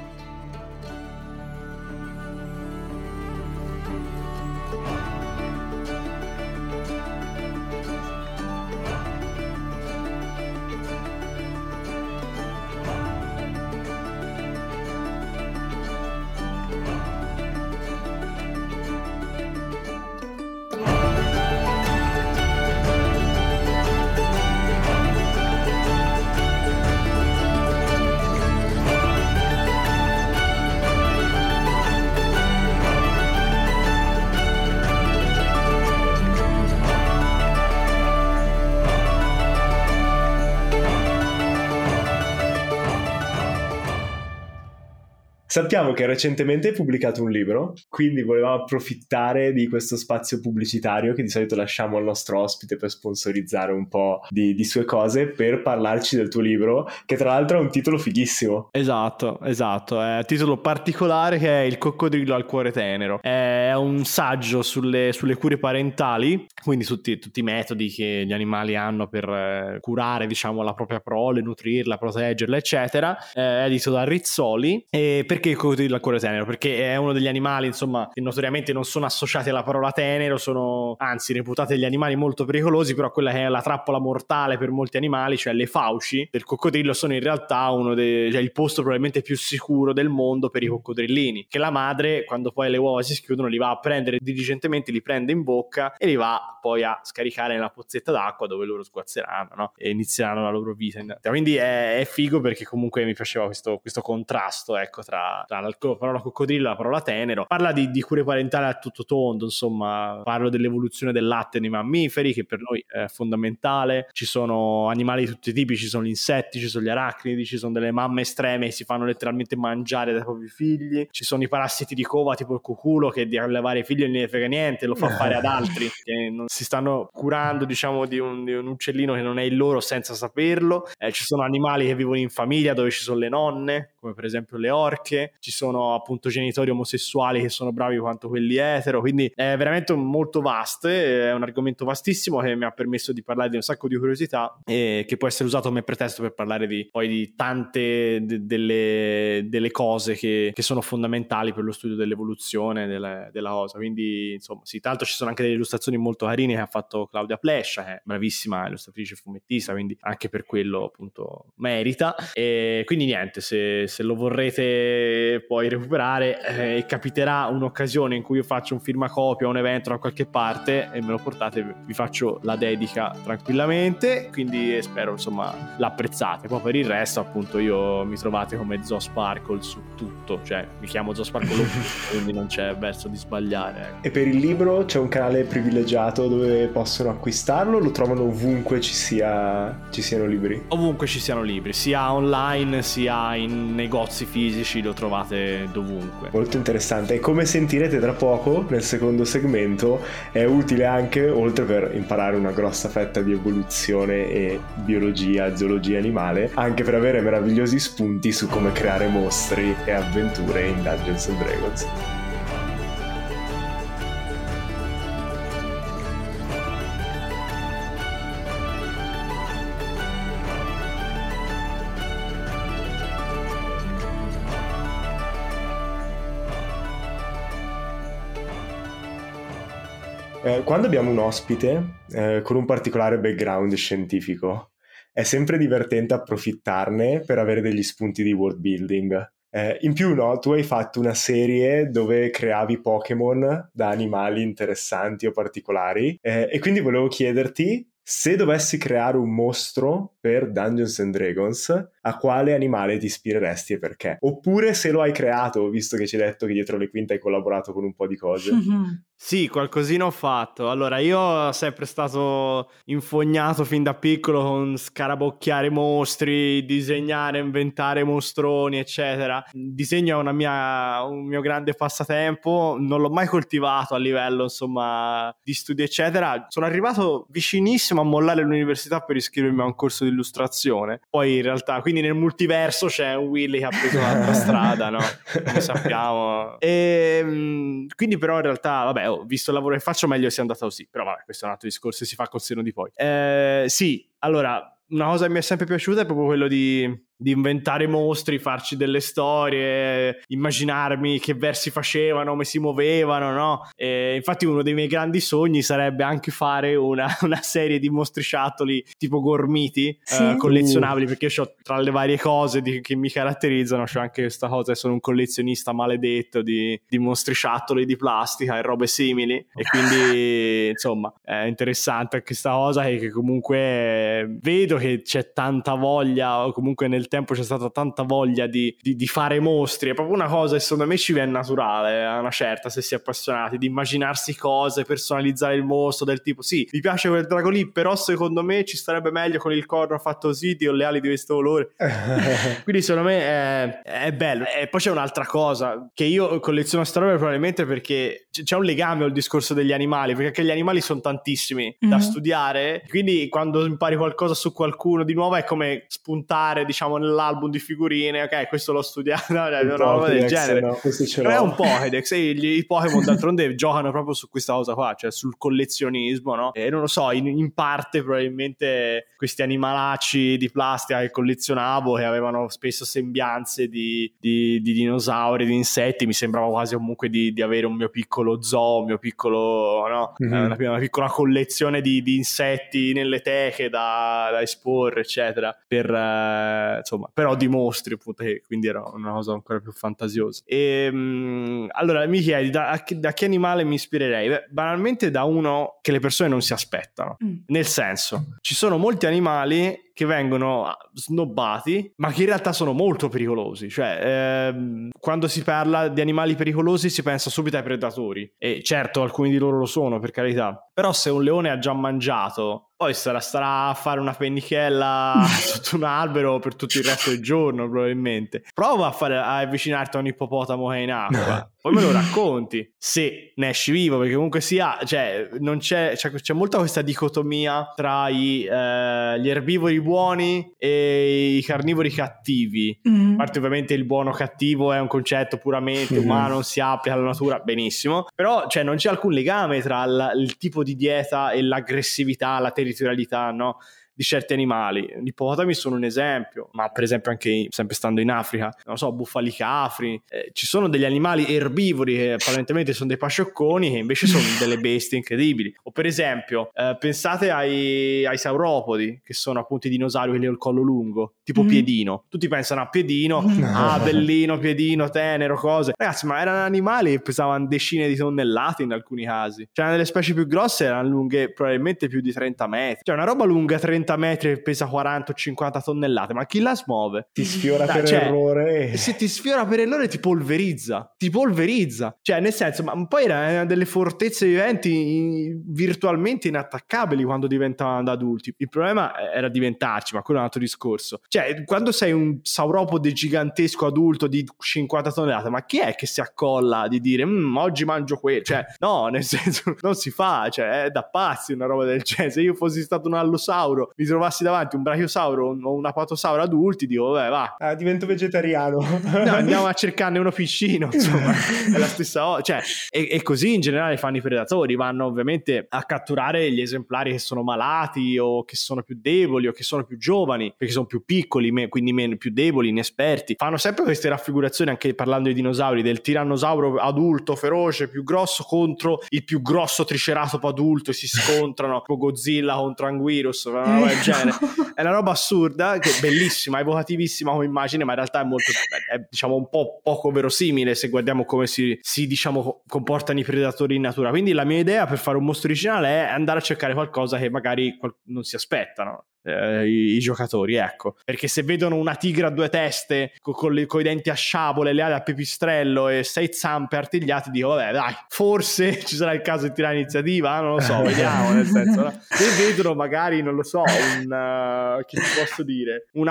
Sappiamo che recentemente hai pubblicato un libro, quindi volevamo approfittare di questo spazio pubblicitario che di solito lasciamo al nostro ospite per sponsorizzare un po' di, di sue cose, per parlarci del tuo libro, che tra l'altro ha un titolo fighissimo. Esatto, esatto, è un titolo particolare che è Il coccodrillo al cuore tenero. È un saggio sulle, sulle cure parentali, quindi tutti, tutti i metodi che gli animali hanno per eh, curare, diciamo, la propria prole, nutrirla, proteggerla, eccetera. È edito da Rizzoli. E perché il coccodrillo al cuore tenero? Perché è uno degli animali, insomma, che notoriamente non sono associati alla parola tenero, sono anzi reputati degli animali molto pericolosi, però quella che è la trappola mortale per molti animali, cioè le fauci del coccodrillo, sono in realtà uno dei, cioè il posto probabilmente più sicuro del mondo per i coccodrillini, che la madre, quando poi le uova si schiudono, li va a prendere diligentemente, li prende in bocca e li va poi a scaricare nella pozzetta d'acqua dove loro sguazzeranno, no? E inizieranno la loro vita. Quindi è, è figo, perché comunque mi piaceva questo, questo contrasto, ecco, tra tra la parola coccodrillo e la parola tenero. Parla di, di cure parentali a tutto tondo, insomma, parlo dell'evoluzione del latte nei mammiferi, che per noi è fondamentale. Ci sono animali di tutti i tipi, ci sono gli insetti, ci sono gli arachnidi, ci sono delle mamme estreme che si fanno letteralmente mangiare dai propri figli, ci sono i parassiti di cova tipo il cuculo, che di allevare i figli non ne frega niente, lo fa fare ad altri che non si stanno curando, diciamo, di un, di un uccellino che non è il loro senza saperlo. Eh, ci sono animali che vivono in famiglia dove ci sono le nonne, come per esempio le orche. anche, ci sono appunto genitori omosessuali che sono bravi quanto quelli etero, quindi è veramente molto vasto, è un argomento vastissimo che mi ha permesso di parlare di un sacco di curiosità e che può essere usato come pretesto per parlare di poi di tante de- delle, delle cose che, che sono fondamentali per lo studio dell'evoluzione della, della cosa. Quindi insomma sì, tra l'altro ci sono anche delle illustrazioni molto carine che ha fatto Claudia Plescia, che è bravissima illustratrice e fumettista, quindi anche per quello appunto merita. E quindi niente, se, se lo vorrete poi recuperare, eh, capiterà un'occasione in cui io faccio un firmacopia, un evento da qualche parte e me lo portate, vi faccio la dedica tranquillamente, quindi spero insomma l'apprezzate. Poi per il resto appunto io mi trovate come Zo Sparkle su tutto, cioè mi chiamo Zo Sparkle quindi non c'è verso di sbagliare, ecco. E per il libro c'è un canale privilegiato dove possono acquistarlo? Lo trovano ovunque ci sia ci siano libri? Ovunque ci siano libri, sia online sia in negozi fisici, lo trovate dovunque. Molto interessante, e come sentirete tra poco nel secondo segmento è utile anche, oltre per imparare una grossa fetta di evoluzione e biologia, zoologia animale, anche per avere meravigliosi spunti su come creare mostri e avventure in Dungeons and Dragons. Eh, quando abbiamo un ospite eh, con un particolare background scientifico, è sempre divertente approfittarne per avere degli spunti di world building. Eh, in più, no, tu hai fatto una serie dove creavi Pokémon da animali interessanti o particolari, eh, e quindi volevo chiederti, se dovessi creare un mostro per Dungeons and Dragons, a quale animale ti ispireresti e perché? Oppure se lo hai creato, visto che ci hai detto che dietro le quinte hai collaborato con un po' di cose. Mm-hmm. Sì, qualcosina ho fatto. Allora, io ho sempre stato infognato fin da piccolo con scarabocchiare mostri, disegnare, inventare mostroni, eccetera. Il disegno è una mia, un mio grande passatempo, non l'ho mai coltivato a livello, insomma, di studi, eccetera. Sono arrivato vicinissimo a mollare l'università per iscrivermi a un corso di illustrazione. Poi in realtà, quindi nel multiverso c'è un Willy che ha preso un'altra strada, no? Come sappiamo. E quindi però in realtà, vabbè, ho visto il lavoro che faccio, meglio sia andata così, però vabbè, questo è un altro discorso e si fa col senno di poi. Eh, sì, allora, una cosa che mi è sempre piaciuta è proprio quello di, di inventare mostri, farci delle storie, immaginarmi che versi facevano, come si muovevano, no? E infatti uno dei miei grandi sogni sarebbe anche fare una, una serie di mostriciattoli tipo gormiti, sì. eh, collezionabili, perché io ho, tra le varie cose di, che mi caratterizzano, c'ho anche questa cosa che sono un collezionista maledetto di, di mostriciattoli di plastica e robe simili, e quindi insomma è interessante anche questa cosa che, che comunque vedo che c'è tanta voglia, o comunque nel tempo c'è stata tanta voglia di, di, di fare mostri. È proprio una cosa che secondo me ci viene naturale a una certa, se si è appassionati, di immaginarsi cose, personalizzare il mostro, del tipo sì, mi piace quel drago lì, però secondo me ci starebbe meglio con il corno fatto così, o le ali di questo colore. Quindi secondo me è, è bello. E poi c'è un'altra cosa, che io colleziono questa roba probabilmente perché c'è un legame al discorso degli animali, perché anche gli animali sono tantissimi mm-hmm. da studiare, quindi quando impari qualcosa su qualcuno di nuovo è come spuntare, diciamo, nell'album di figurine, ok, questo l'ho studiato, no, una roba del genere. No, non è un Pokédex, e i Pokémon d'altronde giocano proprio su questa cosa qua, cioè sul collezionismo, no? E non lo so, in, in parte probabilmente questi animalacci di plastica che collezionavo, che avevano spesso sembianze di, di, di dinosauri, di insetti, mi sembrava quasi comunque di, di avere un mio piccolo zoo, un mio piccolo, no? Mm-hmm. Una, una piccola collezione di, di insetti nelle teche da, da esporre, eccetera, per eh, insomma, però di mostri, appunto, che quindi era una cosa ancora più fantasiosa. E mh, allora mi chiedi da, da che animale mi ispirerei? Beh, banalmente da uno che le persone non si aspettano, mm. nel senso, ci sono molti animali che vengono snobbati, ma che in realtà sono molto pericolosi. Cioè, ehm, quando si parla di animali pericolosi si pensa subito ai predatori, e certo alcuni di loro lo sono, per carità, però se un leone ha già mangiato, poi sarà, starà a fare una pennichella sotto un albero per tutto il resto del giorno, probabilmente. Prova a, fare, a avvicinarti a un ippopotamo che è in acqua, poi me lo racconti, se ne esci vivo, perché comunque sia, cioè, non c'è, c'è, c'è molta questa dicotomia tra i, eh, gli erbivori buoni e i carnivori cattivi. Mm. A parte ovviamente il buono cattivo è un concetto puramente umano, non si applica alla natura, benissimo, però cioè non c'è alcun legame tra il, il tipo di dieta e l'aggressività, la territorialità, no? Di certi animali. Gli ippopotami sono un esempio, ma per esempio anche sempre stando in Africa, non so, bufali capri, eh, ci sono degli animali erbivori che apparentemente sono dei pasciocconi che invece sono delle bestie incredibili. O per esempio eh, pensate ai, ai sauropodi, che sono appunto i dinosauri, quelli col collo lungo, tipo mm. Piedino. Tutti pensano a Piedino, ah bellino Piedino, tenero, cose. Ragazzi, ma erano animali che pesavano decine di tonnellate in alcuni casi. Cioè delle specie più grosse erano lunghe probabilmente più di trenta metri. Cioè una roba lunga trenta metri e pesa quaranta o cinquanta tonnellate, ma chi la smuove? Ti sfiora Dai, per cioè, errore e se ti sfiora per errore ti polverizza ti polverizza, cioè nel senso, ma poi erano delle fortezze viventi virtualmente inattaccabili quando diventavano da adulti. Il problema era diventarci, ma quello è un altro discorso. Cioè quando sei un sauropode gigantesco adulto di cinquanta tonnellate, ma chi è che si accolla di dire oggi mangio quello? Cioè no, nel senso non si fa, cioè è da pazzi una roba del genere. Se io fossi stato un allosauro, mi trovassi davanti un brachiosauro o un apatosauro adulti, dico vabbè va, ah, divento vegetariano. No, andiamo a cercarne uno piccino, insomma, è la stessa cosa, cioè, e, e così in generale fanno i predatori, vanno ovviamente a catturare gli esemplari che sono malati o che sono più deboli o che sono più giovani, perché sono più piccoli, me, quindi meno, più deboli, inesperti. Fanno sempre queste raffigurazioni, anche parlando di dinosauri, del tirannosauro adulto feroce più grosso contro il più grosso triceratopo adulto e si scontrano, tipo Godzilla contro Anguirus, una roba del genere. È una roba assurda, che è bellissima, evocativissima come immagine, ma in realtà è molto, è, diciamo, un po' poco verosimile se guardiamo come si, si diciamo comportano i predatori in natura. Quindi la mia idea per fare un mostro originale è andare a cercare qualcosa che magari non si aspettano eh, i, i giocatori, ecco, perché se vedono una tigre a due teste con, con, le, con i denti a sciabole, le ali a pipistrello e sei zampe artigliate, dico vabbè dai, forse ci sarà il caso di tirare iniziativa, non lo so, vediamo, nel senso, no? Se vedono magari, non lo so, un uh, che ti posso dire, una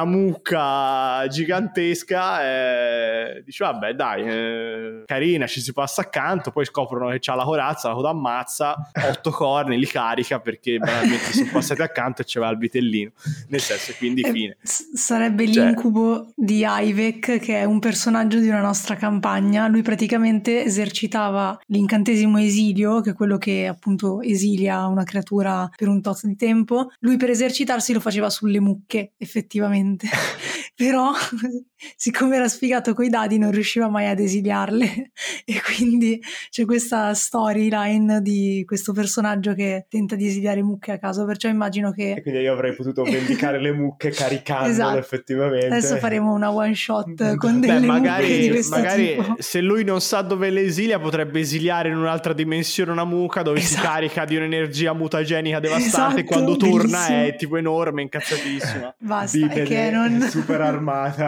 mucca gigantesca, eh, dici vabbè dai, eh, carina, ci si passa accanto, poi scoprono che c'ha la corazza, la coda ammazza, otto corni, li carica perché banalmente sono passati accanto e c'era il vitellino, nel senso, quindi eh, fine. Sarebbe cioè, l'incubo di Ivek, che è un personaggio di una nostra campagna. Lui praticamente esercitava l'incantesimo esilio, che è quello che appunto esilia una creatura per un tot di tempo. Lui per esercitarsi lo faceva sulle mucche, effettivamente. Però siccome era sfigato coi dadi non riusciva mai ad esiliarle, e quindi c'è questa storyline di questo personaggio che tenta di esiliare mucche a caso, perciò immagino che... E quindi io avrei potuto vendicare le mucche caricandole, esatto. Effettivamente. Adesso faremo una one shot con delle Beh, magari, mucche di questo magari tipo. Se lui non sa dove le esilia potrebbe esiliare in un'altra dimensione una mucca dove esatto. si carica di un'energia mutagenica devastante, esatto, e quando torna bellissimo. È tipo enorme, incazzatissima. Basta, Bipede, è che non... super armata.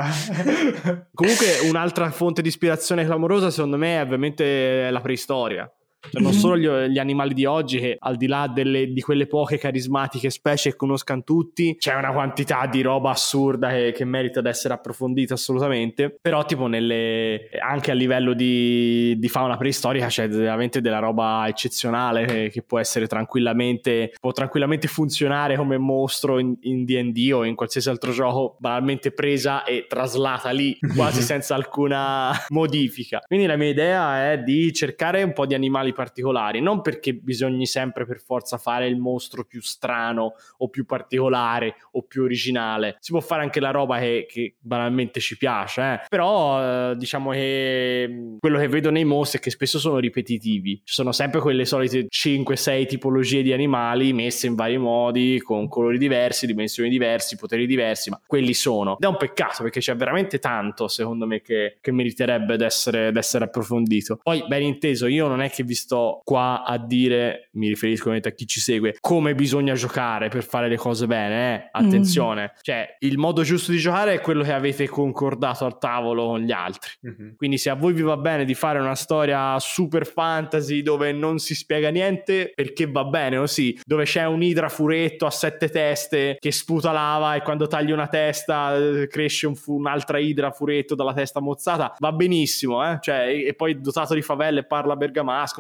Comunque un'altra fonte di ispirazione clamorosa secondo me è ovviamente la preistoria. Cioè, non solo gli, gli animali di oggi, che al di là delle, di quelle poche carismatiche specie che conoscano tutti, c'è una quantità di roba assurda che, che merita di essere approfondita assolutamente. Però tipo nelle anche a livello di, di fauna preistorica c'è veramente della roba eccezionale che, che può essere tranquillamente può tranquillamente funzionare come mostro in, in D and D o in qualsiasi altro gioco, banalmente presa e traslata lì quasi senza alcuna modifica. Quindi la mia idea è di cercare un po' di animali particolari, non perché bisogni sempre per forza fare il mostro più strano o più particolare o più originale. Si può fare anche la roba che, che banalmente ci piace, eh? Però eh, diciamo che quello che vedo nei mostri è che spesso sono ripetitivi. Ci sono sempre quelle solite cinque sei tipologie di animali messe in vari modi, con colori diversi, dimensioni diverse, poteri diversi, ma quelli sono. Ed è un peccato perché c'è veramente tanto, secondo me, che, che meriterebbe d'essere, d'essere approfondito. Poi, ben inteso, io non è che vi sto qua a dire, mi riferisco a chi ci segue, come bisogna giocare per fare le cose bene, eh? Attenzione, mm. cioè il modo giusto di giocare è quello che avete concordato al tavolo con gli altri. Mm-hmm. Quindi se a voi vi va bene di fare una storia super fantasy dove non si spiega niente, perché va bene così, dove c'è un idra furetto a sette teste che sputa lava e quando tagli una testa cresce un fu- un'altra idra furetto dalla testa mozzata, va benissimo, eh? Cioè, e, e poi dotato di favelle parla bergamasco,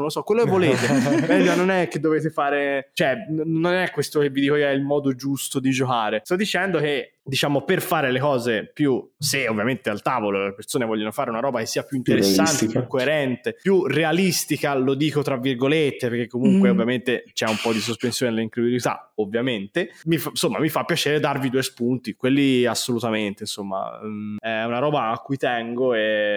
lo so, quello che volete. Meglio non è che dovete fare, cioè n- non è questo che vi dico che è il modo giusto di giocare. Sto dicendo che, diciamo, per fare le cose più, se ovviamente al tavolo le persone vogliono fare una roba che sia più interessante, più, più coerente, più realistica, lo dico tra virgolette, perché comunque mm. ovviamente c'è un po' di sospensione dell'incredulità, ovviamente, mi fa, insomma mi fa piacere darvi due spunti, quelli assolutamente, insomma è una roba a cui tengo,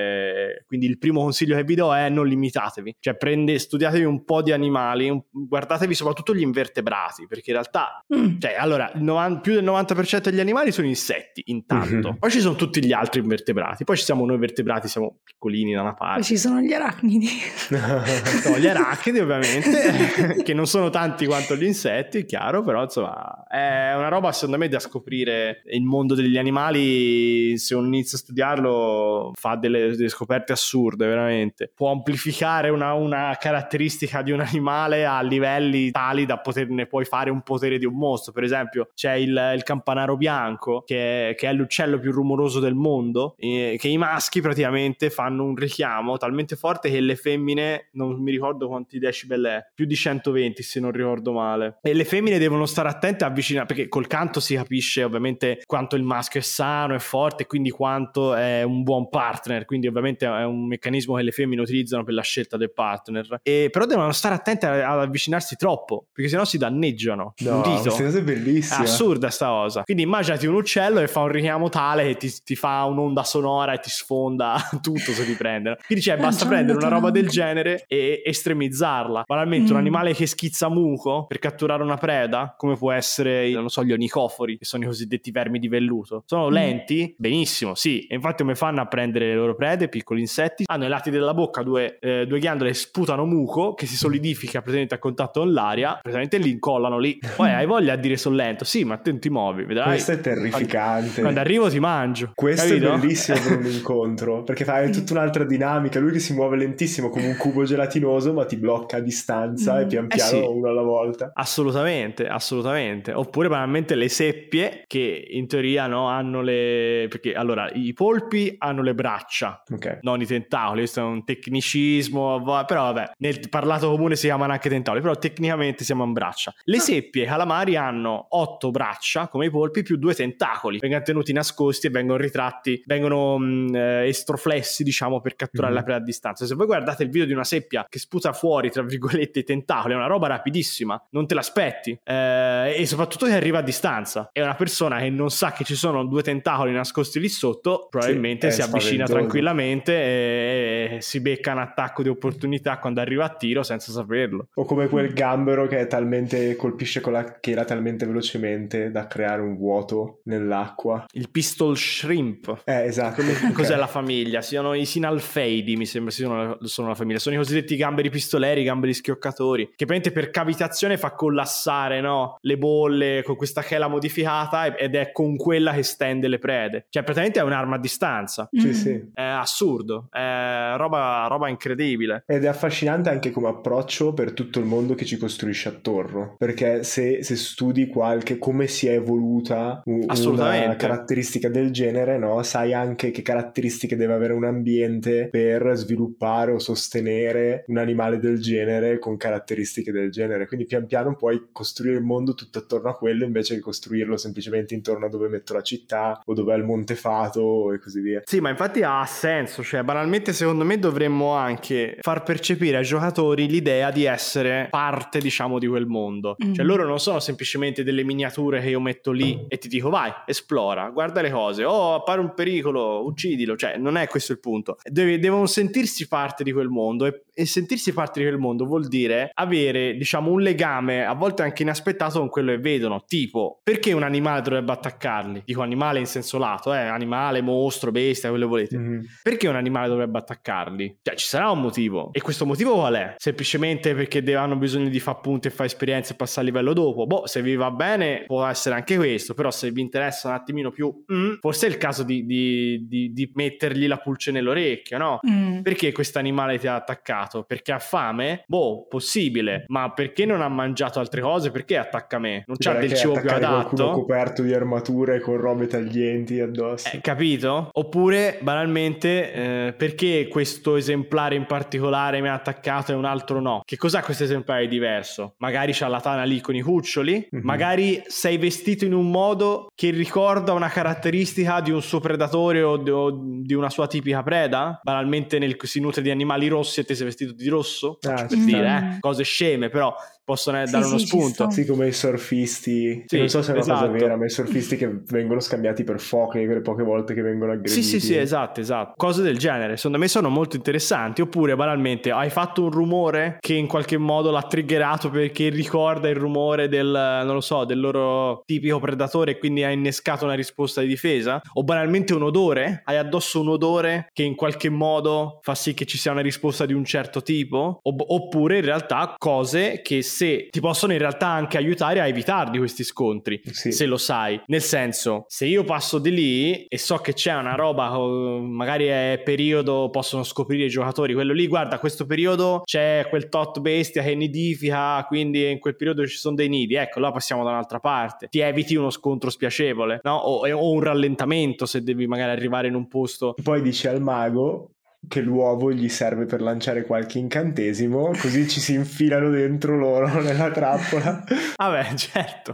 e quindi il primo consiglio che vi do è non limitatevi, cioè prende, studiatevi un po' di animali, un, guardatevi soprattutto gli invertebrati, perché in realtà mm. cioè allora il novanta, più del novanta per cento degli animali sono insetti intanto, mm-hmm. poi ci sono tutti gli altri invertebrati, poi ci siamo noi vertebrati, siamo piccolini da una parte, poi ci sono gli arachnidi no, gli arachnidi ovviamente che non sono tanti quanto gli insetti, chiaro, però insomma è una roba secondo me da scoprire. Il mondo degli animali, se uno inizia a studiarlo, fa delle, delle scoperte assurde, veramente può amplificare una, una caratteristica di un animale a livelli tali da poterne poi fare un potere di un mostro. Per esempio c'è il, il campanaro bianco che è, che è l'uccello più rumoroso del mondo, eh, che i maschi praticamente fanno un richiamo talmente forte che le femmine, non mi ricordo quanti decibel è, più di centoventi se non ricordo male, e le femmine devono stare attente a avvicinare, perché col canto si capisce ovviamente quanto il maschio è sano, è forte, e quindi quanto è un buon partner, quindi ovviamente è un meccanismo che le femmine utilizzano per la scelta del partner, e però devono stare attente ad avvicinarsi troppo, perché sennò si danneggiano. No, questa cosa è bellissima, è assurda sta cosa. Quindi immaginati un uccello che fa un richiamo tale che ti, ti fa un'onda sonora e ti sfonda tutto se ti prende, quindi cioè basta prendere una roba del genere e estremizzarla. Banalmente mm. un animale che schizza muco per catturare una preda, come può essere, non so, gli onicofori, che sono i cosiddetti vermi di velluto, sono mm. lenti, benissimo, sì, e infatti come fanno a prendere le loro prede? Piccoli insetti, hanno ai lati della bocca due, eh, due ghiandole che sputano muco che si solidifica praticamente a contatto con l'aria, praticamente li incollano lì. Poi hai voglia a dire sono lento, sì, ma te non ti muovi, vedrai. Questo è terrificante. Quando arrivo ti mangio. Questo capito? È bellissimo per un incontro, perché fai tutta un'altra dinamica, lui che si muove lentissimo come un cubo gelatinoso ma ti blocca a distanza mm. e pian piano eh sì. uno alla volta. Assolutamente, assolutamente. Oppure banalmente le seppie, che in teoria no, hanno le, perché allora i polpi hanno le braccia, okay. non i tentacoli. Questo è un tecnicismo, però vabbè, nel parlato comune si chiamano anche tentacoli, però tecnicamente si chiamano braccia. Le ah. seppie, i calamari hanno otto braccia come i polpi più due tentacoli, vengono tenuti nascosti e vengono ritratti, vengono mh, estroflessi, diciamo, per catturare mm. la preda a distanza. Se voi guardate il video di una seppia che sputa fuori tra virgolette i tentacoli, è una roba rapidissima, non te l'aspetti, eh, e soprattutto che arriva a distanza. È una persona che non sa che ci sono due tentacoli nascosti lì sotto, probabilmente sì, si avvicina spaventoso. tranquillamente e, e si becca un attacco di opportunità quando arriva a tiro senza saperlo. O come quel gambero che è talmente colpisce con la chela talmente velocemente da creare un vuoto nell'acqua. Il pistol shrimp. Eh, esatto. Come, okay. Cos'è la famiglia? Sono i sinalfeidi, mi sembra sono, sono la famiglia. Sono i cosiddetti gamberi pistolari, gamberi schioccatori, che praticamente per cavitazione fa collassare, no, le bolle con questa chela modificata ed è con quella che stende le prede. Cioè praticamente è un'arma a distanza. Sì, sì. È assurdo, è roba, roba incredibile. Ed è affascinante anche come approccio per tutto il mondo che ci costruisce attorno, perché se, se studi qualche come si è evoluta un, una caratteristica del genere, no, sai anche che caratteristiche deve avere un ambiente per sviluppare o sostenere un animale del genere con caratteristiche del genere, quindi pian piano puoi costruire il mondo tutto attorno a quello invece che costruirlo semplicemente intorno a dove metto la città o dove è il Monte Fato e così via. Sì, ma infatti ha senso, cioè banalmente secondo me dovremmo anche far percepire ai giocatori l'idea di essere parte, diciamo, di quel mondo. Mm. Cioè loro non sono semplicemente delle miniature che io metto lì e ti dico vai, esplora, guarda le cose, oh appare un pericolo, uccidilo, cioè non è questo il punto. Deve, devono sentirsi parte di quel mondo e, e sentirsi parte di quel mondo vuol dire avere, diciamo, un legame a volte anche inaspettato con quello che vedono, tipo perché un animale dovrebbe attaccarli? Dico animale in senso lato, eh, animale, mostro, bestia, quello che volete. Mm-hmm. Perché un animale dovrebbe attaccarli? Cioè ci sarà un motivo, e questo motivo qual è? Semplicemente perché de- hanno bisogno di fare punti e fare esperienza e passare a livello dopo? Boh, se vi va bene può essere anche questo, però se vi interessa un attimino più, mm, forse è il caso di, di, di, di mettergli la pulce nell'orecchio, no? Mm. Perché questo animale ti ha attaccato? Perché ha fame? Boh, possibile, ma perché non ha mangiato altre cose? Perché attacca me? Non c'ha del cibo più qualcuno adatto? coperto di armature con robe taglienti addosso. Eh, capito? Oppure, banalmente, eh, perché questo esemplare in particolare mi ha attaccato e un altro no? Che cos'ha questo esemplare diverso? Magari c'ha la tana lì con i cuccioli? Mhm. Magari sei vestito in un modo che ricorda una caratteristica di un suo predatore o di, o di una sua tipica preda? Banalmente nel, si nutre di animali rossi e te sei vestito di rosso? Ah, per ci dire, sta. eh, cose sceme, però possono Sì, dare uno sì, ci spunto. sta. Sì, come i surfisti, Sì, non so se è una esatto. cosa vera, ma i surfisti che vengono scambiati per foche quelle poche volte che vengono aggrediti. Sì, sì, sì, esatto, esatto. Cose del genere, secondo me sono molto interessanti. Oppure, banalmente, hai fatto un rumore che in qualche modo l'ha triggerato perché ricorda il rumore del, non lo so, del loro tipico predatore e quindi ha innescato una risposta di difesa. O banalmente un odore, hai addosso un odore che in qualche modo fa sì che ci sia una risposta di un certo tipo. O- oppure, in realtà, cose che se ti possono in realtà anche aiutare a evitarli questi scontri, Sì. se lo sai. Nel senso, se io passo di lì e so che c'è una roba, magari è periodo, possono scoprire i giocatori, quello lì, guarda, questo periodo c'è quel tot bestia che nidifica, quindi in quel periodo ci sono dei nidi, ecco, allora passiamo da un'altra parte, ti eviti uno scontro spiacevole, no? O, o un rallentamento se devi magari arrivare in un posto. Poi dici al mago che l'uovo gli serve per lanciare qualche incantesimo, così ci si infilano dentro loro nella trappola. Vabbè, certo.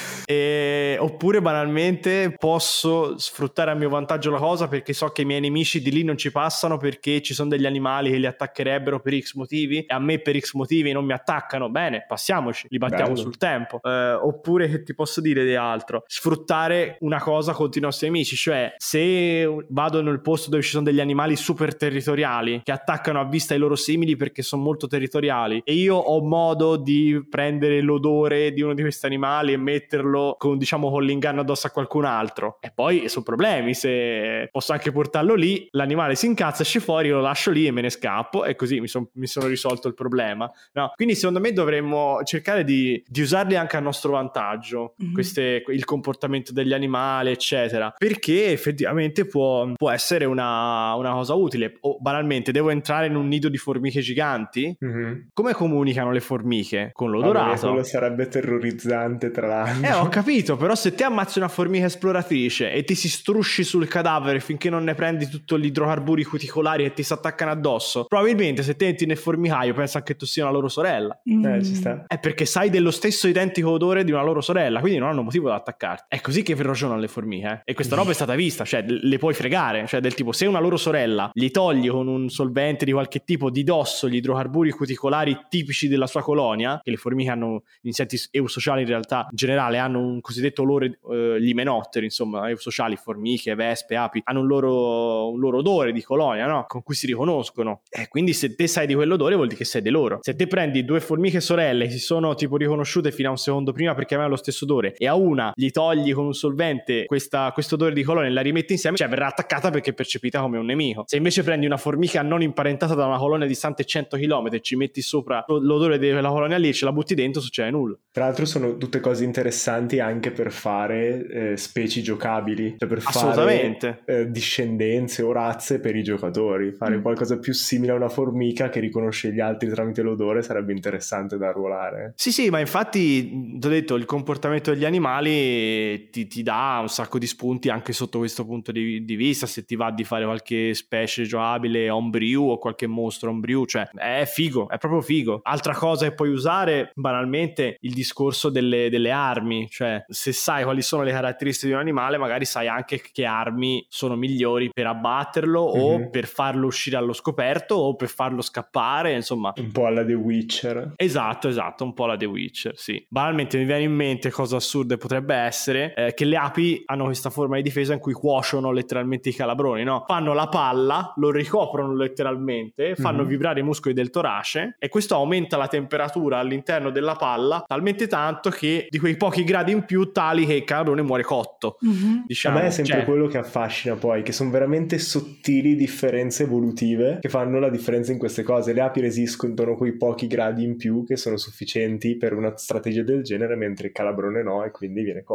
E, oppure banalmente posso sfruttare a mio vantaggio la cosa perché so che i miei nemici di lì non ci passano perché ci sono degli animali che li attaccherebbero per X motivi e a me per X motivi non mi attaccano. Bene, passiamoci, li battiamo Bello. sul tempo. Eh, oppure che ti posso dire di altro? Sfruttare una cosa contro i nostri amici, cioè se vado nel posto dove ci sono degli animali super territoriali che attaccano a vista i loro simili perché sono molto territoriali e io ho modo di prendere l'odore di uno di questi animali e metterlo con, diciamo, con l'inganno addosso a qualcun altro, e poi sono problemi. Se posso anche portarlo lì, l'animale si incazza, esce fuori, lo lascio lì e me ne scappo e così mi, son, mi sono risolto il problema, no? Quindi secondo me dovremmo cercare di, di usarli anche a nostro vantaggio, mm-hmm. queste, il comportamento degli animali eccetera, perché effettivamente può, può essere una, una cosa utile. O banalmente devo entrare in un nido di formiche giganti, mm-hmm. come comunicano le formiche? Con l'odorato. Vabbè, quello sarebbe terrorizzante tra l'altro. Eh, ho capito, però se te ammazzi una formica esploratrice e ti si strusci sul cadavere finché non ne prendi tutto gli idrocarburi cuticolari e ti si attaccano addosso, probabilmente se te entri nel formicaio pensa che tu sia una loro sorella. Mm. Eh, ci sta. È perché sai dello stesso identico odore di una loro sorella, quindi non hanno motivo da attaccarti. È così che ragionano le formiche, eh? E questa roba è stata vista, cioè le puoi fregare, cioè del tipo se una loro sorella gli togli con un solvente di qualche tipo di dosso gli idrocarburi cuticolari tipici della sua colonia, che le formiche hanno, gli insetti eusociali in realtà in generale hanno un cosiddetto olore, eh, gli imenotteri insomma eusociali, formiche, vespe, api, hanno un loro, un loro odore di colonia, no? Con cui si riconoscono, e quindi se te sai di quell'odore vuol dire che sei di loro. Se te prendi due formiche sorelle che si sono tipo riconosciute fino a un secondo prima perché avevano lo stesso odore e a una gli togli con un solvente questo odore di colonia e la rimetti insieme, cioè verrà attaccata perché è percepita come un nemico. Se invece prendi una formica non imparentata da una colonia distante cento chilometri, ci metti sopra l'odore della colonia lì e ce la butti dentro, succede nulla. Tra l'altro sono tutte cose interessanti anche per fare eh, specie giocabili, cioè per assolutamente fare eh, discendenze o razze per i giocatori. Fare mm. qualcosa più simile a una formica che riconosce gli altri tramite l'odore sarebbe interessante da arruolare. Sì sì, ma infatti ti ho detto, il comportamento degli animali ti, ti dà un sacco di spunti anche sotto questo punto di, di vista, se ti va di fare qualche specie giocabile homebrew o qualche mostro homebrew, cioè è figo, è proprio figo. Altra cosa che puoi usare banalmente il discorso delle, delle armi, cioè se sai quali sono le caratteristiche di un animale magari sai anche che armi sono migliori per abbatterlo mm-hmm. o per farlo uscire allo scoperto o per farlo scappare, insomma un po' alla The Witcher. Esatto, esatto, un po' alla The Witcher, sì. Banalmente mi viene in mente cosa assurda potrebbe essere eh, che le api hanno questa forma di difesa in cui cuociono letteralmente i calabroni, no? Fanno la palla, lo ricoprono letteralmente, fanno mm-hmm. vibrare i muscoli del torace e questo aumenta la temperatura all'interno della palla talmente tanto che di quei pochi gradi in più tali che il calabrone muore cotto. Mm-hmm. Diciamo. A me è sempre cioè... quello che affascina poi, che sono veramente sottili differenze evolutive che fanno la differenza in queste cose. Le api resistono quei pochi gradi in più che sono sufficienti per una strategia del genere, mentre il calabrone no, e quindi viene cotto.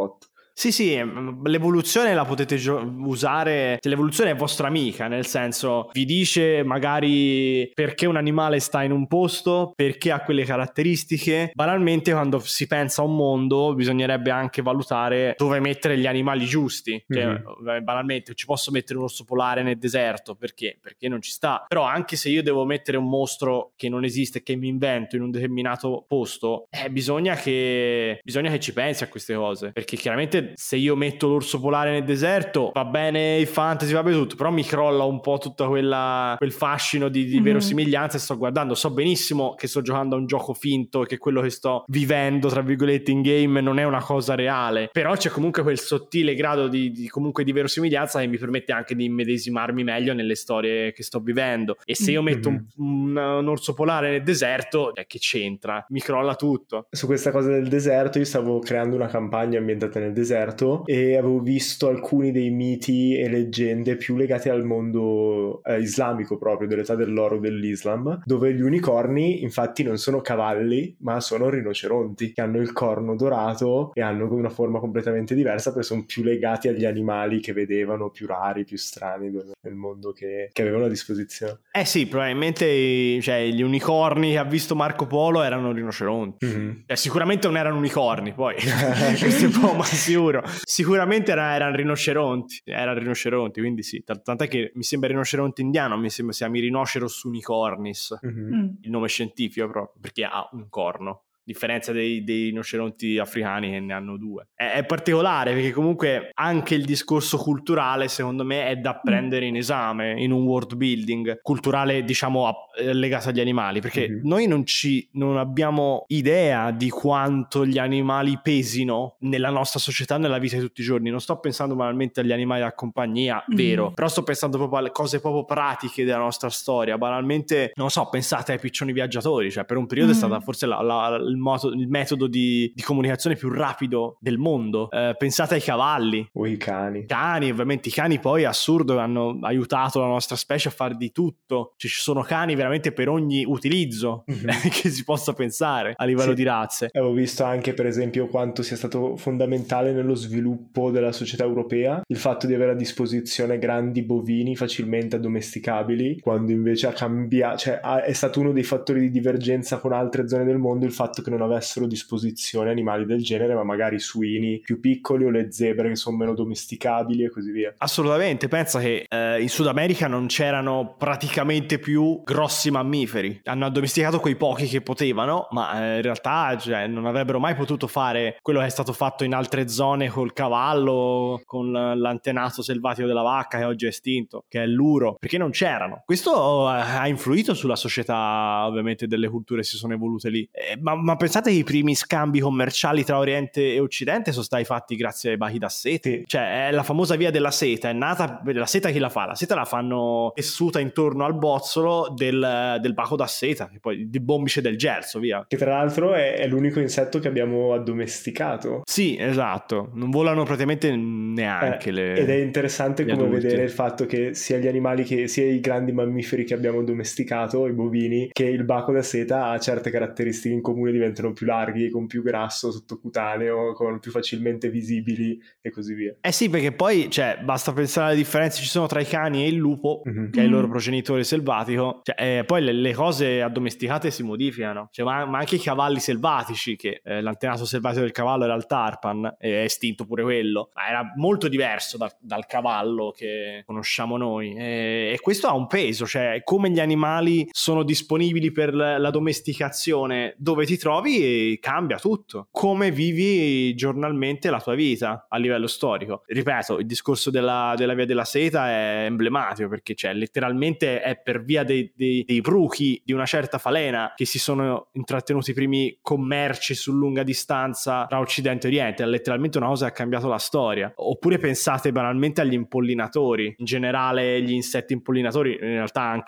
Sì, sì, l'evoluzione la potete gio- usare, cioè, l'evoluzione è vostra amica, nel senso vi dice magari perché un animale sta in un posto, perché ha quelle caratteristiche. Banalmente quando si pensa a un mondo bisognerebbe anche valutare dove mettere gli animali giusti, che mm-hmm. banalmente ci posso mettere un orso polare nel deserto, perché? Perché non ci sta, però anche se io devo mettere un mostro che non esiste, che mi invento in un determinato posto, eh, bisogna che bisogna che ci pensi a queste cose, perché chiaramente se io metto l'orso polare nel deserto va bene il fantasy, va bene tutto, però mi crolla un po' tutta quella quel fascino di, di mm-hmm. verosimiglianza. E sto guardando, so benissimo che sto giocando a un gioco finto, che quello che sto vivendo tra virgolette in game non è una cosa reale, però c'è comunque quel sottile grado di, di comunque di verosimiglianza che mi permette anche di immedesimarmi meglio nelle storie che sto vivendo. E se io metto mm-hmm. un, un, un orso polare nel deserto, eh, che c'entra? Mi crolla tutto. Su questa cosa del deserto io stavo creando una campagna ambientata nel deserto e avevo visto alcuni dei miti e leggende più legati al mondo eh, islamico, proprio dell'età dell'oro dell'Islam, dove gli unicorni infatti non sono cavalli ma sono rinoceronti che hanno il corno dorato e hanno una forma completamente diversa, perché sono più legati agli animali che vedevano, più rari, più strani nel mondo che, che avevano a disposizione. Eh sì, probabilmente cioè, gli unicorni che ha visto Marco Polo erano rinoceronti. Mm-hmm. Cioè, sicuramente non erano unicorni, poi questo è un po' ma sicuro. Sicuramente era, erano rinoceronti, erano rinoceronti, quindi sì, t- tant'è che mi sembra rinoceronte indiano, mi sembra sia Myrinoceros unicornis, mm-hmm. il nome scientifico proprio, perché ha un corno. Differenza dei, dei rinoceronti africani che ne hanno due. È, è particolare perché comunque anche il discorso culturale secondo me è da prendere in esame in un world building culturale, diciamo, a, legato agli animali, perché mm-hmm. noi non ci non abbiamo idea di quanto gli animali pesino nella nostra società, nella vita di tutti i giorni. Non sto pensando banalmente agli animali da compagnia, mm-hmm. vero, però sto pensando proprio alle cose proprio pratiche della nostra storia. Banalmente, non so, pensate ai piccioni viaggiatori, cioè per un periodo mm-hmm. è stata forse la, la Il, moto, il metodo di, di comunicazione più rapido del mondo. Eh, pensate ai cavalli o i cani. Cani, ovviamente i cani poi assurdo hanno aiutato la nostra specie a far di tutto. Cioè, ci sono cani veramente per ogni utilizzo mm-hmm. che si possa pensare a livello sì. di razze. Avevo visto anche per esempio quanto sia stato fondamentale nello sviluppo della società europea il fatto di avere a disposizione grandi bovini facilmente addomesticabili, quando invece ha cambiato, cioè è stato uno dei fattori di divergenza con altre zone del mondo il fatto che non avessero a disposizione animali del genere, ma magari suini più piccoli o le zebre che sono meno domesticabili e così via. Assolutamente, pensa che eh, in Sud America non c'erano praticamente più grossi mammiferi, hanno addomesticato quei pochi che potevano, ma eh, in realtà cioè, non avrebbero mai potuto fare quello che è stato fatto in altre zone col cavallo, con l'antenato selvatico della vacca che oggi è estinto, che è l'uro, perché non c'erano. Questo ha influito sulla società, ovviamente, delle culture si sono evolute lì, eh, ma, ma pensate che i primi scambi commerciali tra Oriente e Occidente sono stati fatti grazie ai bachi da seta, sì. Cioè è la famosa via della seta, è nata, la seta chi la fa? La seta la fanno tessuta intorno al bozzolo del, del baco da seta, che poi di bombice del gelso, via. Che tra l'altro è, è l'unico insetto che abbiamo addomesticato. Sì, esatto, non volano praticamente neanche eh, le... Ed è interessante come adulti. Vedere il fatto che sia gli animali che sia i grandi mammiferi che abbiamo addomesticato, i bovini, che il baco da seta ha certe caratteristiche in comune, diventano più larghi, con più grasso sottocutaneo, con più facilmente visibili e così via. Eh sì, perché poi cioè basta pensare alle differenze ci sono tra i cani e il lupo, mm-hmm. che è il loro progenitore selvatico, cioè, eh, poi le, le cose addomesticate si modificano, cioè, ma, ma anche i cavalli selvatici, che eh, l'antenato selvatico del cavallo era il tarpan, è estinto pure quello, ma era molto diverso da, dal cavallo che conosciamo noi, e, e questo ha un peso, cioè come gli animali sono disponibili per la domesticazione dove ti trovi, cambia tutto, come vivi giornalmente la tua vita a livello storico. Ripeto, il discorso della, della via della seta è emblematico, perché cioè letteralmente è per via dei, dei, dei bruchi di una certa falena che si sono intrattenuti i primi commerci su lunga distanza tra Occidente e Oriente. È letteralmente una cosa che ha cambiato la storia. Oppure pensate banalmente agli impollinatori, in generale gli insetti impollinatori, in realtà anche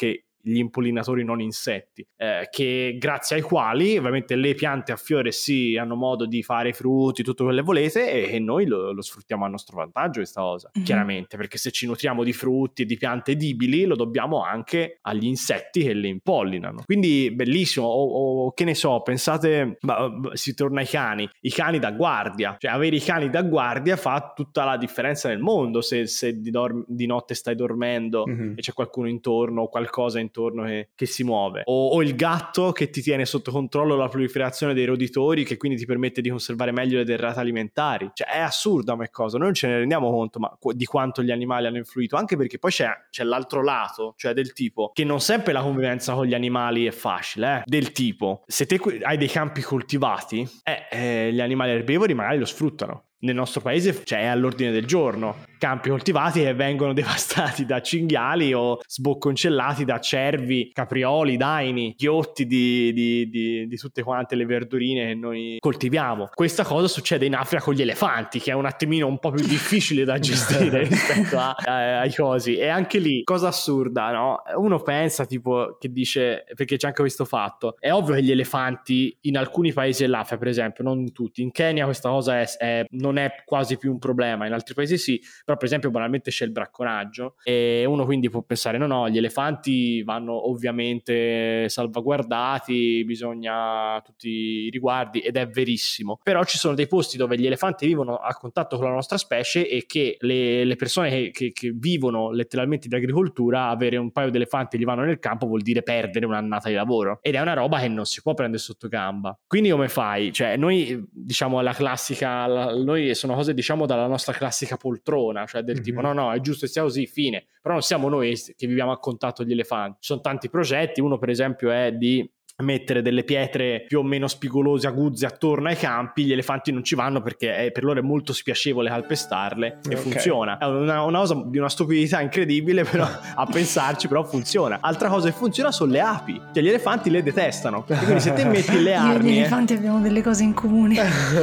gli impollinatori non insetti, eh, che grazie ai quali ovviamente le piante a fiore sì hanno modo di fare frutti, tutto quello che volete, e, e noi lo, lo sfruttiamo a nostro vantaggio questa cosa, mm-hmm. chiaramente, perché se ci nutriamo di frutti e di piante edibili lo dobbiamo anche agli insetti che le impollinano. Quindi bellissimo. O, o che ne so, pensate, ma, si torna ai cani, i cani da guardia, cioè avere i cani da guardia fa tutta la differenza nel mondo. Se, se di, dorm- di notte stai dormendo mm-hmm. e c'è qualcuno intorno o qualcosa intorno che, che si muove, o, o il gatto che ti tiene sotto controllo la proliferazione dei roditori, che quindi ti permette di conservare meglio le derrate alimentari. Cioè è assurda come cosa, noi non ce ne rendiamo conto ma di quanto gli animali hanno influito, anche perché poi c'è, c'è l'altro lato, cioè del tipo che non sempre la convivenza con gli animali è facile, eh? Del tipo, se te hai dei campi coltivati, eh, eh, gli animali erbivori magari lo sfruttano. Nel nostro paese, cioè, è all'ordine del giorno campi coltivati che vengono devastati da cinghiali o sbocconcellati da cervi, caprioli, daini, ghiotti di, di, di, di tutte quante le verdurine che noi coltiviamo. Questa cosa succede in Africa con gli elefanti, che è un attimino un po' più difficile da gestire rispetto a, a, ai cosi. E anche lì, cosa assurda, no? Uno pensa tipo che dice, perché c'è anche questo fatto, è ovvio che gli elefanti in alcuni paesi dell'Africa, per esempio, non in tutti, in Kenya questa cosa è, è non è quasi più un problema, in altri paesi sì, però per esempio banalmente c'è il bracconaggio e uno quindi può pensare no no, gli elefanti vanno ovviamente salvaguardati, bisogna tutti i riguardi, ed è verissimo, però ci sono dei posti dove gli elefanti vivono a contatto con la nostra specie e che le, le persone che, che, che vivono letteralmente di agricoltura, avere un paio di elefanti che gli vanno nel campo vuol dire perdere un'annata di lavoro, ed è una roba che non si può prendere sotto gamba. Quindi come fai? Cioè noi diciamo la classica la, noi sono cose diciamo dalla nostra classica poltrona, cioè del mm-hmm. tipo no no è giusto che sia così, fine, però non siamo noi che viviamo a contatto degli elefanti. Ci sono tanti progetti, uno per esempio è di mettere delle pietre più o meno spigolose, aguzze attorno ai campi. Gli elefanti non ci vanno perché è, per loro è molto spiacevole calpestarle e okay. funziona. È una, una cosa di una stupidità incredibile, però a pensarci però funziona. Altra cosa che funziona sono le api, cioè gli elefanti le detestano, e quindi se te metti le arnie, io e gli elefanti abbiamo delle cose in comune.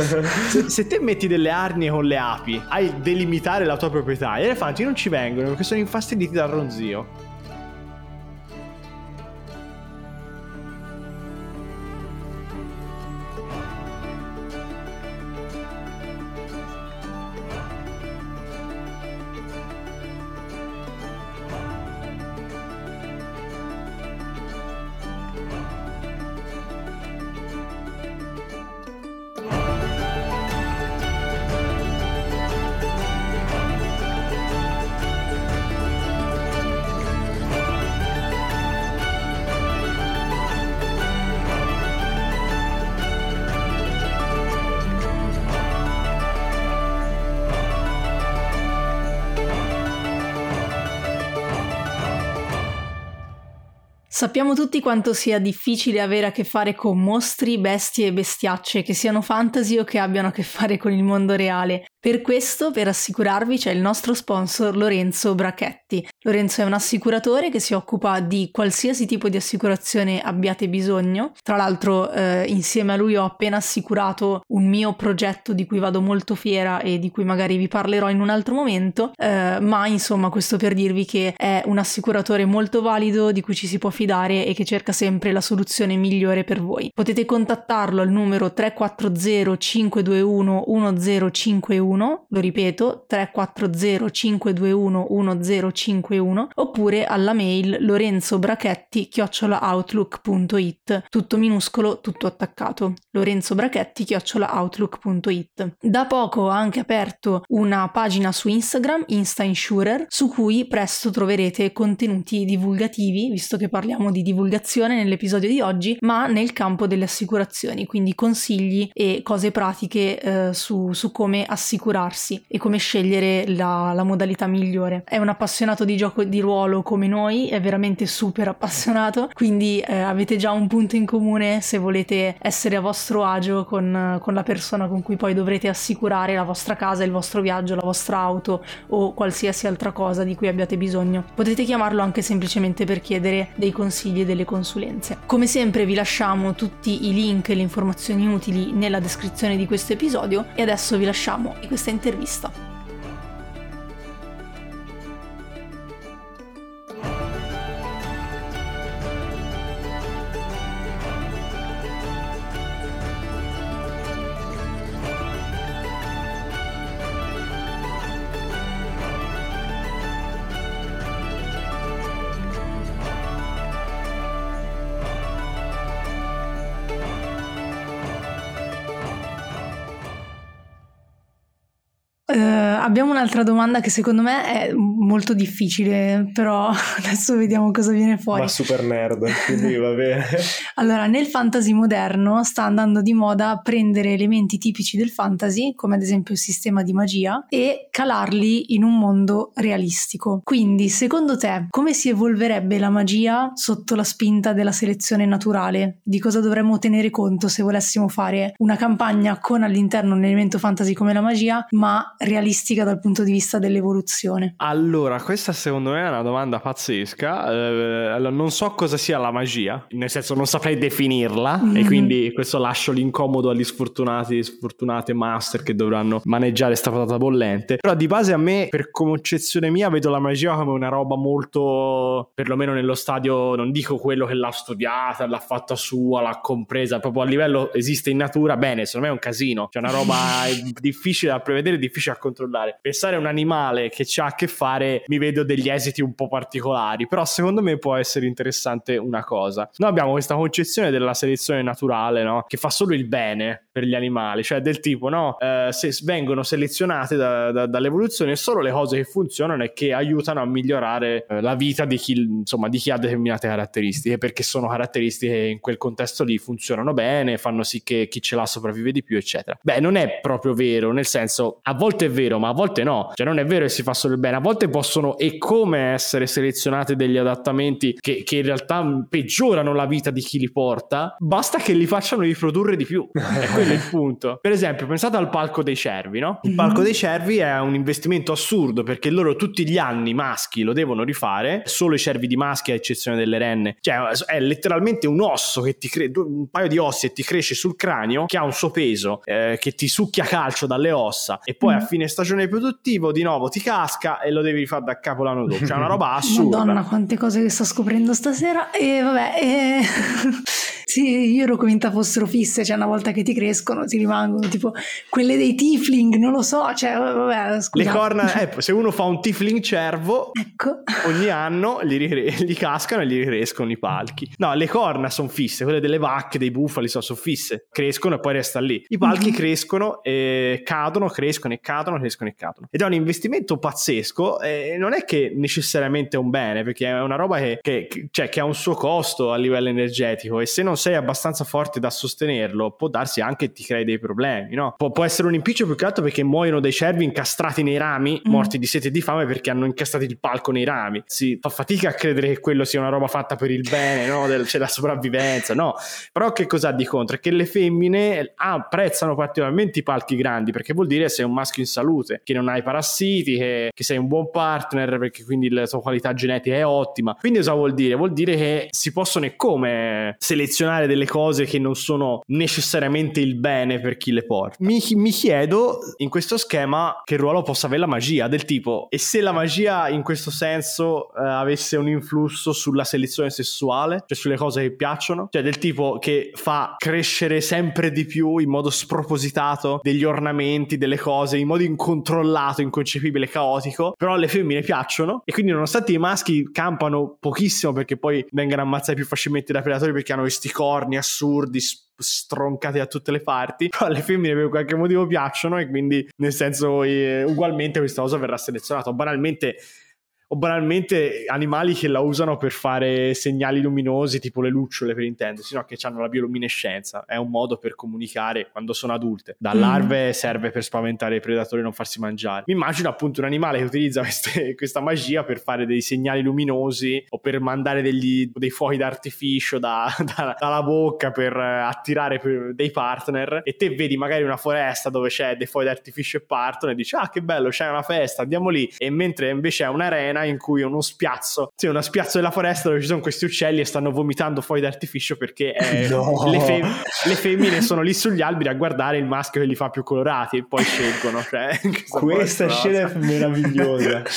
se, se te metti delle arnie con le api, hai delimitare la tua proprietà, gli elefanti non ci vengono perché sono infastiditi dal ronzio. Sappiamo tutti quanto sia difficile avere a che fare con mostri, bestie e bestiacce, che siano fantasy o che abbiano a che fare con il mondo reale. Per questo, per assicurarvi, c'è il nostro sponsor Lorenzo Brachetti. Lorenzo è un assicuratore che si occupa di qualsiasi tipo di assicurazione abbiate bisogno. Tra l'altro, eh, insieme a lui ho appena assicurato un mio progetto di cui vado molto fiera e di cui magari vi parlerò in un altro momento, eh, ma insomma questo per dirvi che è un assicuratore molto valido, di cui ci si può fidare e che cerca sempre la soluzione migliore per voi. Potete contattarlo al numero tre quattro zero cinque due uno uno zero cinque uno, lo ripeto, tre quattro zero cinque due uno uno zero cinque uno, oppure alla mail lorenzobrachetti chiocciola outlook punto it, tutto minuscolo, tutto attaccato, lorenzobrachetti chiocciola outlook punto it. Da poco ho anche aperto una pagina su Instagram, Insta Insurer, su cui presto troverete contenuti divulgativi, visto che parliamo di divulgazione nell'episodio di oggi, ma nel campo delle assicurazioni, quindi consigli e cose pratiche eh, su, su come assicurarsi e come scegliere la, la modalità migliore. È un appassionato di gioco di ruolo come noi, è veramente super appassionato, quindi eh, avete già un punto in comune se volete essere a vostro agio con, con la persona con cui poi dovrete assicurare la vostra casa, il vostro viaggio, la vostra auto o qualsiasi altra cosa di cui abbiate bisogno. Potete chiamarlo anche semplicemente per chiedere dei consigli e delle consulenze. Come sempre vi lasciamo tutti i link e le informazioni utili nella descrizione di questo episodio e adesso vi lasciamo in questa intervista. Allora, abbiamo un'altra domanda che secondo me è molto difficile, però adesso vediamo cosa viene fuori. Ma super nerd, quindi va bene. Allora, nel fantasy moderno sta andando di moda prendere elementi tipici del fantasy, come ad esempio il sistema di magia, e calarli in un mondo realistico. Quindi, secondo te, come si evolverebbe la magia sotto la spinta della selezione naturale? Di cosa dovremmo tenere conto se volessimo fare una campagna con all'interno un elemento fantasy come la magia, ma realistica dal punto di vista dell'evoluzione? Allora, questa secondo me è una domanda pazzesca. Eh, non so cosa sia la magia, nel senso non saprei definirla, mm-hmm. e quindi questo lascio l'incomodo agli sfortunati, sfortunate master che dovranno maneggiare sta patata bollente. Però di base a me, per concezione mia, vedo la magia come una roba molto, perlomeno nello stadio, non dico quello che l'ha studiata, l'ha fatta sua, l'ha compresa, proprio a livello esiste in natura, bene, secondo me è un casino, cioè una roba difficile da prevedere, difficile da controllare. Pensare a un animale che ci ha a che fare, mi vedo degli esiti un po' particolari, però secondo me può essere interessante una cosa. Noi abbiamo questa concezione della selezione naturale, no? Che fa solo il bene per gli animali, cioè del tipo, no? Eh, se vengono selezionate da, da, dall'evoluzione solo le cose che funzionano e che aiutano a migliorare eh, la vita di chi, insomma, di chi ha determinate caratteristiche, perché sono caratteristiche che in quel contesto lì funzionano bene, fanno sì che chi ce l'ha sopravvive di più, eccetera. Beh, non è proprio vero, nel senso, a volte è vero, ma a volte no. Cioè non è vero che si fa solo il bene, a volte possono e come essere selezionati degli adattamenti che, che in realtà peggiorano la vita di chi li porta, basta che li facciano riprodurre di più. È quello il punto. Per esempio, pensate al palco dei cervi, no? Il palco dei cervi è un investimento assurdo, perché loro tutti gli anni maschi lo devono rifare, solo i cervi di maschi a eccezione delle renne. Cioè è letteralmente un osso che ti cre- un paio di ossi e ti cresce sul cranio, che ha un suo peso, eh, che ti succhia calcio dalle ossa, e poi mm. a fine stagione produttivo di nuovo ti casca e lo devi fare da capo l'anno dopo. Cioè una roba assurda. Madonna, quante cose che sto scoprendo stasera. E vabbè, e... sì, io ero convinta fossero fisse, cioè una volta che ti crescono ti rimangono, tipo quelle dei tiefling, non lo so, cioè vabbè, scusate. Le corna, eh, se uno fa un tiefling cervo, ecco, ogni anno gli, ricre- gli cascano e gli ricrescono i palchi. No, le corna sono fisse, quelle delle vacche, dei bufali sono, sono fisse, crescono e poi resta lì. I palchi mm-hmm. crescono e cadono, crescono e cadono, crescono e cadono. Ed è un investimento pazzesco, e non è che necessariamente è un bene, perché è una roba che, che, cioè, che ha un suo costo a livello energetico, e se non sei abbastanza forte da sostenerlo può darsi anche che ti crei dei problemi, no? Pu- può essere un impiccio più che altro perché muoiono dei cervi incastrati nei rami, mm. morti di sete e di fame perché hanno incastrato il palco nei rami. Si fa fatica a credere che quello sia una roba fatta per il bene, no? Del, c'è la sopravvivenza, no? Però che cosa ha di contro? È che le femmine apprezzano particolarmente i palchi grandi, perché vuol dire sei un maschio in salute, che non hai parassiti, che, che sei un buon partner, perché quindi la tua qualità genetica è ottima. Quindi cosa vuol dire? Vuol dire che si possono e come selezionare delle cose che non sono necessariamente il bene per chi le porta. Mi, mi chiedo in questo schema che ruolo possa avere la magia, del tipo, e se la magia in questo senso eh, avesse un influsso sulla selezione sessuale, cioè sulle cose che piacciono, cioè del tipo che fa crescere sempre di più in modo spropositato degli ornamenti, delle cose in modo incontrollato, inconcepibile, caotico, però alle femmine piacciono, e quindi nonostante i maschi campano pochissimo perché poi vengono ammazzati più facilmente dai predatori perché hanno questi corni assurdi stroncati da tutte le parti, però alle femmine per qualche motivo piacciono, e quindi nel senso eh, ugualmente questa cosa verrà selezionata. Banalmente o banalmente animali che la usano per fare segnali luminosi, tipo le lucciole per intendersi, no? Che hanno la bioluminescenza, è un modo per comunicare quando sono adulte. Da larve mm. serve per spaventare i predatori e non farsi mangiare. Mi immagino appunto un animale che utilizza queste, questa magia per fare dei segnali luminosi o per mandare degli, dei fuochi d'artificio da, da, dalla bocca per attirare per dei partner, e te vedi magari una foresta dove c'è dei fuochi d'artificio e partono e dici ah che bello, c'è una festa, andiamo lì, e mentre invece è un'arena in cui uno spiazzo, sì, uno spiazzo della foresta dove ci sono questi uccelli e stanno vomitando fuori d'artificio perché eh, no. le, fem- le femmine sono lì sugli alberi a guardare il maschio che li fa più colorati e poi scelgono. Cioè, questa scena è meravigliosa.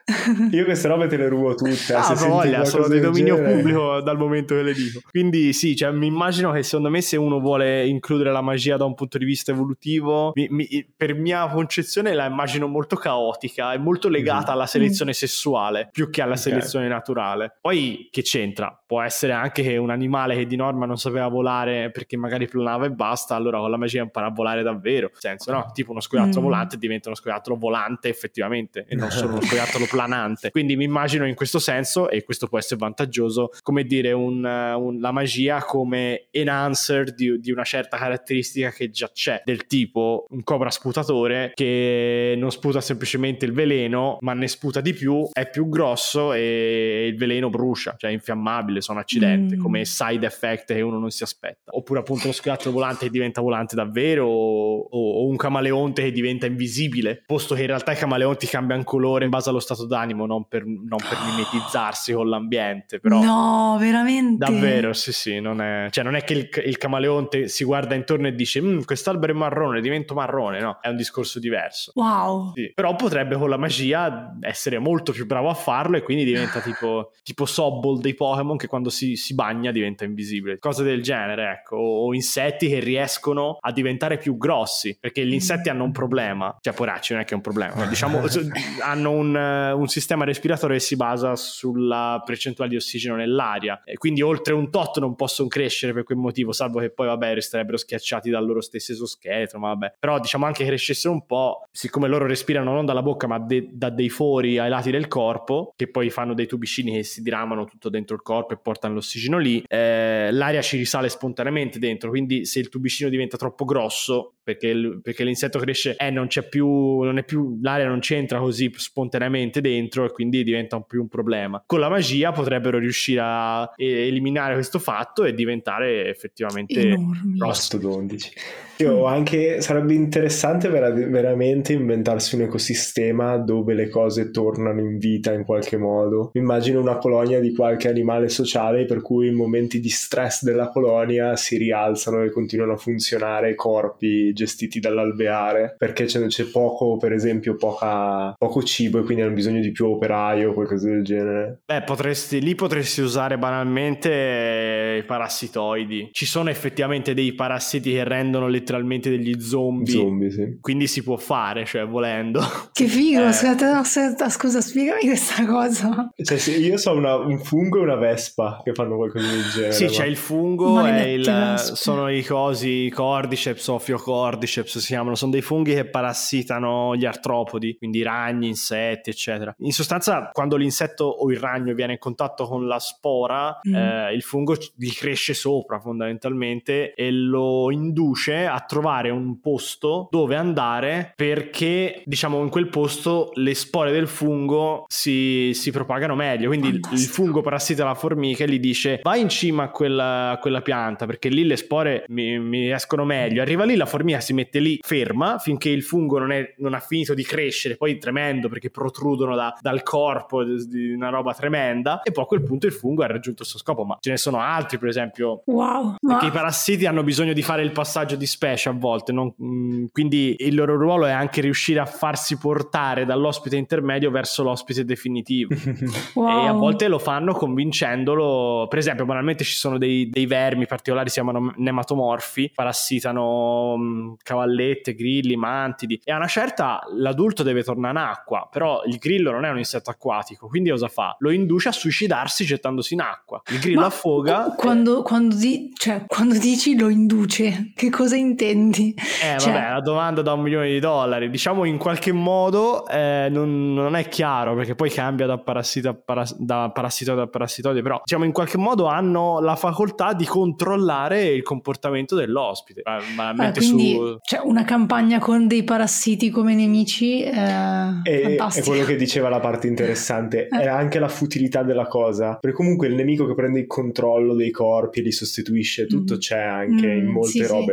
Io queste robe te le rubo tutte. Ah, se voglia, sono di dominio genere... pubblico dal momento che le dico. Quindi sì, cioè, mi immagino che secondo me se uno vuole includere la magia da un punto di vista evolutivo, mi, mi, per mia concezione la immagino molto caotica, è molto legata mm-hmm. alla selezione sessuale più che alla okay. selezione naturale. Poi che c'entra? Può essere anche che un animale che di norma non sapeva volare perché magari planava e basta, allora con la magia impara a volare davvero. Nel senso, no? Tipo uno scoiattolo mm. volante diventa uno scoiattolo volante effettivamente e non solo uno scoiattolo planante. Quindi mi immagino in questo senso, e questo può essere vantaggioso, come dire un, un, la magia come enhancer di, di una certa caratteristica che già c'è, del tipo un cobra sputatore che non sputa semplicemente il veleno ma ne sputa di più, è più grosso e il veleno brucia, cioè è infiammabile, sono accidente, mm. come side effect che uno non si aspetta. Oppure appunto lo scoiattolo volante che diventa volante davvero, o, o un camaleonte che diventa invisibile, posto che in realtà i camaleonti cambiano colore in base allo stato d'animo, non per, non per mimetizzarsi con l'ambiente, però no, veramente davvero sì sì, non è, cioè non è che il, il camaleonte si guarda intorno e dice quest'albero è marrone, divento marrone, no, è un discorso diverso. Wow. Sì. Però potrebbe con la magia essere molto più bravo a farlo e quindi diventa tipo tipo Sobble dei Pokémon che quando si, si bagna diventa invisibile, cose del genere, ecco, o, o insetti che riescono a diventare più grossi, perché gli insetti hanno un problema, cioè poracci non è che è un problema, diciamo hanno un, un sistema respiratorio che si basa sulla percentuale di ossigeno nell'aria e quindi oltre un tot non possono crescere per quel motivo, salvo che poi vabbè resterebbero schiacciati dal loro stesso esoscheletro, ma vabbè, però diciamo anche che crescessero un po', siccome loro respirano non dalla bocca ma de- da dei fori ai lati del corpo che poi fanno dei tubicini che si diramano tutto dentro il corpo e portano l'ossigeno lì, eh, l'aria ci risale spontaneamente dentro, quindi se il tubicino diventa troppo grosso perché, il, perché l'insetto cresce eh, non c'è più, non è più, l'aria non c'entra così spontaneamente dentro e quindi diventa un più un problema. Con la magia potrebbero riuscire a eliminare questo fatto e diventare effettivamente mastodontici. Io anche sarebbe interessante vera- veramente inventarsi un ecosistema dove le cose tornano in vita in qualche modo. Immagino una colonia di qualche animale sociale per cui in momenti di stress della colonia si rialzano e continuano a funzionare corpi gestiti dall'alveare perché c'è, c'è poco, per esempio poca, poco cibo e quindi hanno bisogno di più operaio o qualcosa del genere. Beh, potresti lì potresti usare banalmente i parassitoidi. Ci sono effettivamente dei parassiti che rendono letteralmente degli zombie, zombie sì. Quindi si può fare, cioè volendo. Che figo, eh. scusa, scusa, scusa, spiegami questa cosa. Cioè, sì, io so una, un fungo e una vespa che fanno qualcosa del genere. Sì, ma... c'è il fungo e il, sono i cosi, i cordyceps o fiocordyceps si chiamano, sono dei funghi che parassitano gli artropodi, quindi ragni, insetti, eccetera. In sostanza, quando l'insetto o il ragno viene in contatto con la spora, mm. eh, il fungo gli cresce sopra fondamentalmente e lo induce a trovare un posto dove andare perché, diciamo, in quel posto le spore del fungo si, si propagano meglio. Quindi Fantastico. Il fungo parassita la formica e gli dice vai in cima a quella, a quella pianta perché lì le spore mi, mi escono meglio. Arriva lì, la formica si mette lì ferma finché il fungo non, è, non ha finito di crescere, poi tremendo perché protrudono da, dal corpo di una roba tremenda e poi a quel punto il fungo ha raggiunto il suo scopo. Ma ce ne sono altri, per esempio, wow, perché ma... i parassiti hanno bisogno di fare il passaggio di specie a volte, non, mh, quindi il loro ruolo è anche riuscire a farsi portare dall'ospite intermedio verso l'ospite definitivo. Wow. E a volte lo fanno convincendolo, per esempio banalmente ci sono dei, dei vermi particolari, si chiamano nematomorfi, parassitano mh, cavallette, grilli, mantidi e a una certa l'adulto deve tornare in acqua, però il grillo non è un insetto acquatico, quindi cosa fa? Lo induce a suicidarsi gettandosi in acqua, il grillo Ma affoga quando, e... quando, di, cioè, quando dici lo induce, che cosa intendi? Eh cioè... vabbè, la domanda da un milione di dollari, diciamo in qualche modo eh, non, non è chiaro perché poi cambia da parassita a paras- da parassitoide a parassitoide, però diciamo in qualche modo hanno la facoltà di controllare il comportamento dell'ospite. Ah, quindi su... cioè una campagna con dei parassiti come nemici eh, è, è quello che diceva la parte interessante, eh. è anche la futilità della cosa, perché comunque il nemico che prende il controllo dei corpi e li sostituisce, tutto mm. c'è anche mm, in molte sì, robe, sì. ma pensate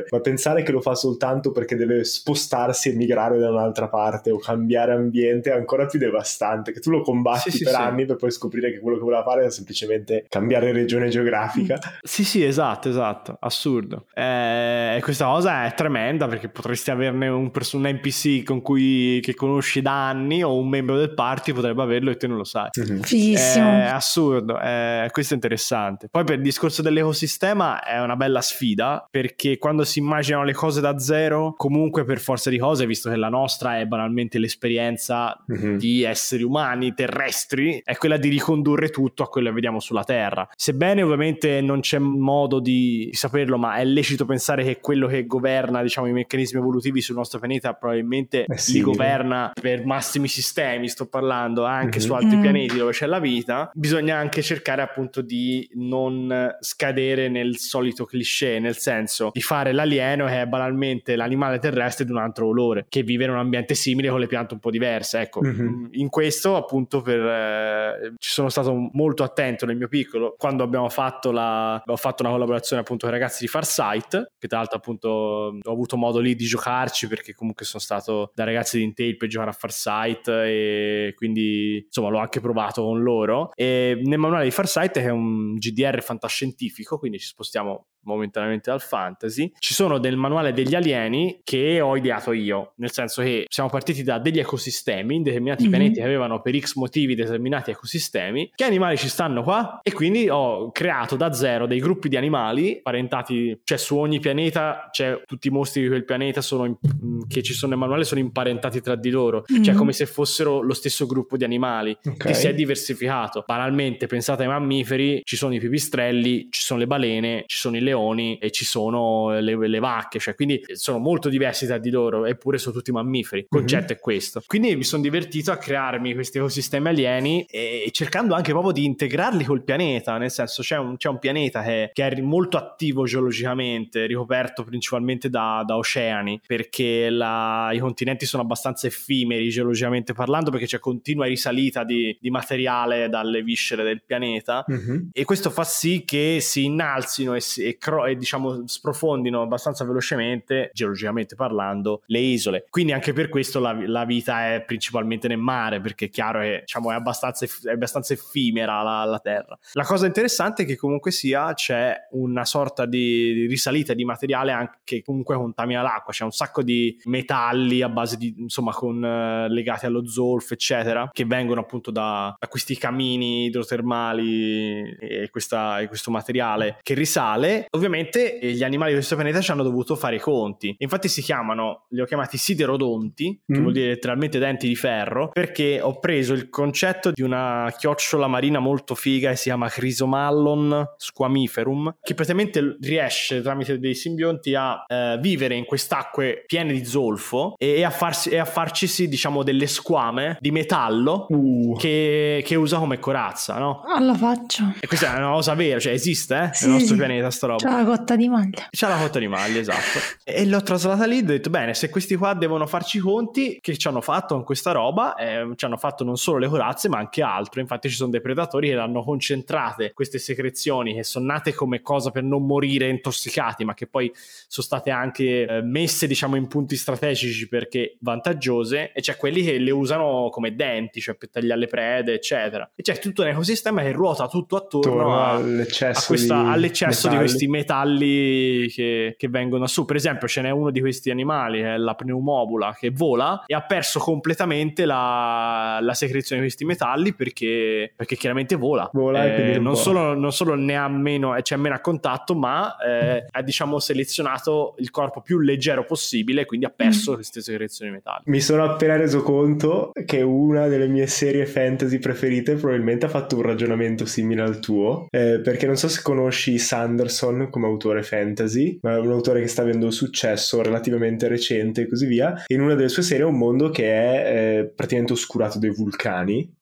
pensare che lo fa soltanto perché deve spostarsi e migrare da un'altra parte o cambiare ambiente è ancora più devastante, che tu lo combatti sì, sì, per sì. anni per poi scoprire che quello che voleva fare era semplicemente cambiare regione geografica. Sì, sì, esatto, esatto, assurdo. E questa cosa è tremenda perché potresti averne un, pers- un N P C con cui che conosci da anni o un membro del party potrebbe averlo e te non lo sai. Mm-hmm. Fighissimo. È assurdo, è, questo è interessante. Poi per il discorso dell'ecosistema è una bella sfida, perché quando si immaginano le cose da zero, comunque per forza di cose, visto che la nostra è banalmente l'esperienza mm-hmm. di esseri umani terrestri, è quella di ricondurre tutto a quello che vediamo sulla Terra. Sebbene ovviamente non c'è modo di, di saperlo, ma è lecito pensare che quello che governa, diciamo, i meccanismi evolutivi sul nostro pianeta probabilmente li governa per massimi sistemi, sto parlando anche mm-hmm. su altri mm. pianeti dove c'è la vita. Bisogna anche cercare appunto di non scadere nel solito cliché, nel senso di fare l'alieno che è banalmente l'animale terrestre di un altro colore, che vive in un ambiente simile con le piante un po' diverse. Ecco, mm-hmm. in questo appunto per eh, ci sono stato molto attento nel mio piccolo quando abbiamo fatto la ho fatto una collaborazione appunto con i ragazzi di Farsight, che tra l'altro appunto ho avuto modo lì di giocarci perché comunque sono stato da ragazzi di Intel per giocare a Farsight e quindi insomma l'ho anche provato con loro. E nel manuale di Farsight, che è un G D R fantascientifico, quindi ci spostiamo momentaneamente dal fantasy, ci sono del manuale degli alieni che ho ideato io, nel senso che siamo partiti da degli ecosistemi, determinati mm-hmm. pianeti che avevano per X motivi determinati ecosistemi, che animali ci stanno qua, e quindi ho creato da zero dei gruppi di animali parentati, cioè su ogni pianeta c'è tutti i mostri di quel pianeta sono in, che ci sono nel manuale sono imparentati tra di loro, mm-hmm. cioè come se fossero lo stesso gruppo di animali okay. che si è diversificato. Banalmente pensate ai mammiferi, ci sono i pipistrelli, ci sono le balene, ci sono i leoni e ci sono le, le vacche, cioè quindi sono molto diversi tra di loro, eppure sono tutti mammiferi. Il concetto mm-hmm. è questo. Quindi mi sono divertito a crearmi questi ecosistemi alieni e cercando anche proprio di integrarli col pianeta, nel senso c'è un, c'è un pianeta che, che è molto attivo geologicamente, ricoperto principalmente da, da oceani, perché la, i continenti sono abbastanza effimeri geologicamente parlando, perché c'è continua risalita di, di materiale dalle viscere del pianeta mm-hmm. e questo fa sì che si innalzino e, si, e e diciamo sprofondino abbastanza velocemente, geologicamente parlando, le isole. Quindi anche per questo la, la vita è principalmente nel mare, perché è chiaro che diciamo è abbastanza, è abbastanza effimera la, la terra. La cosa interessante è che comunque sia c'è una sorta di risalita di materiale anche che comunque contamina l'acqua, c'è un sacco di metalli a base di insomma con eh, legati allo zolfo eccetera, che vengono appunto da, da questi camini idrotermali e, questa, e questo materiale che risale. Ovviamente gli animali di questo pianeta ci hanno dovuto fare i conti, infatti si chiamano, li ho chiamati siderodonti, che mm. vuol dire letteralmente denti di ferro, perché ho preso il concetto di una chiocciola marina molto figa che si chiama Chrysomallon squamiferum, che praticamente riesce tramite dei simbionti a eh, vivere in quest'acque piene di zolfo e a, farsi, e a farcisi diciamo delle squame di metallo uh. che, che usa come corazza, no? Alla faccia. E questa è una cosa vera, cioè esiste eh? Sì, nel nostro sì. pianeta sta roba. C'ha la cotta di maglia. C'ha la cotta di maglia, esatto. E l'ho traslata lì e ho detto, bene, se questi qua devono farci i conti, che ci hanno fatto con questa roba? Eh, ci hanno fatto non solo le corazze, ma anche altro. Infatti ci sono dei predatori che hanno concentrate queste secrezioni, che sono nate come cosa per non morire intossicati, ma che poi sono state anche eh, messe, diciamo, in punti strategici perché vantaggiose, e c'è quelli che le usano come denti, cioè per tagliare le prede, eccetera. E c'è tutto un ecosistema che ruota tutto attorno a, all'eccesso, a questa, di, all'eccesso di questi metalli che, che vengono su. Per esempio ce n'è uno di questi animali, è la pneumobula, che vola e ha perso completamente la, la secrezione di questi metalli perché, perché chiaramente vola, vola eh, non, solo, non solo ne ha meno, c'è meno a contatto, ma eh, ha diciamo selezionato il corpo più leggero possibile, quindi ha perso mm. queste secrezioni di metalli. Mi sono appena reso conto che una delle mie serie fantasy preferite probabilmente ha fatto un ragionamento simile al tuo, eh, perché non so se conosci Sanderson come autore fantasy, ma è un autore che sta avendo successo relativamente recente e così via. In una delle sue serie è un mondo che è eh, praticamente oscurato dai vulcani,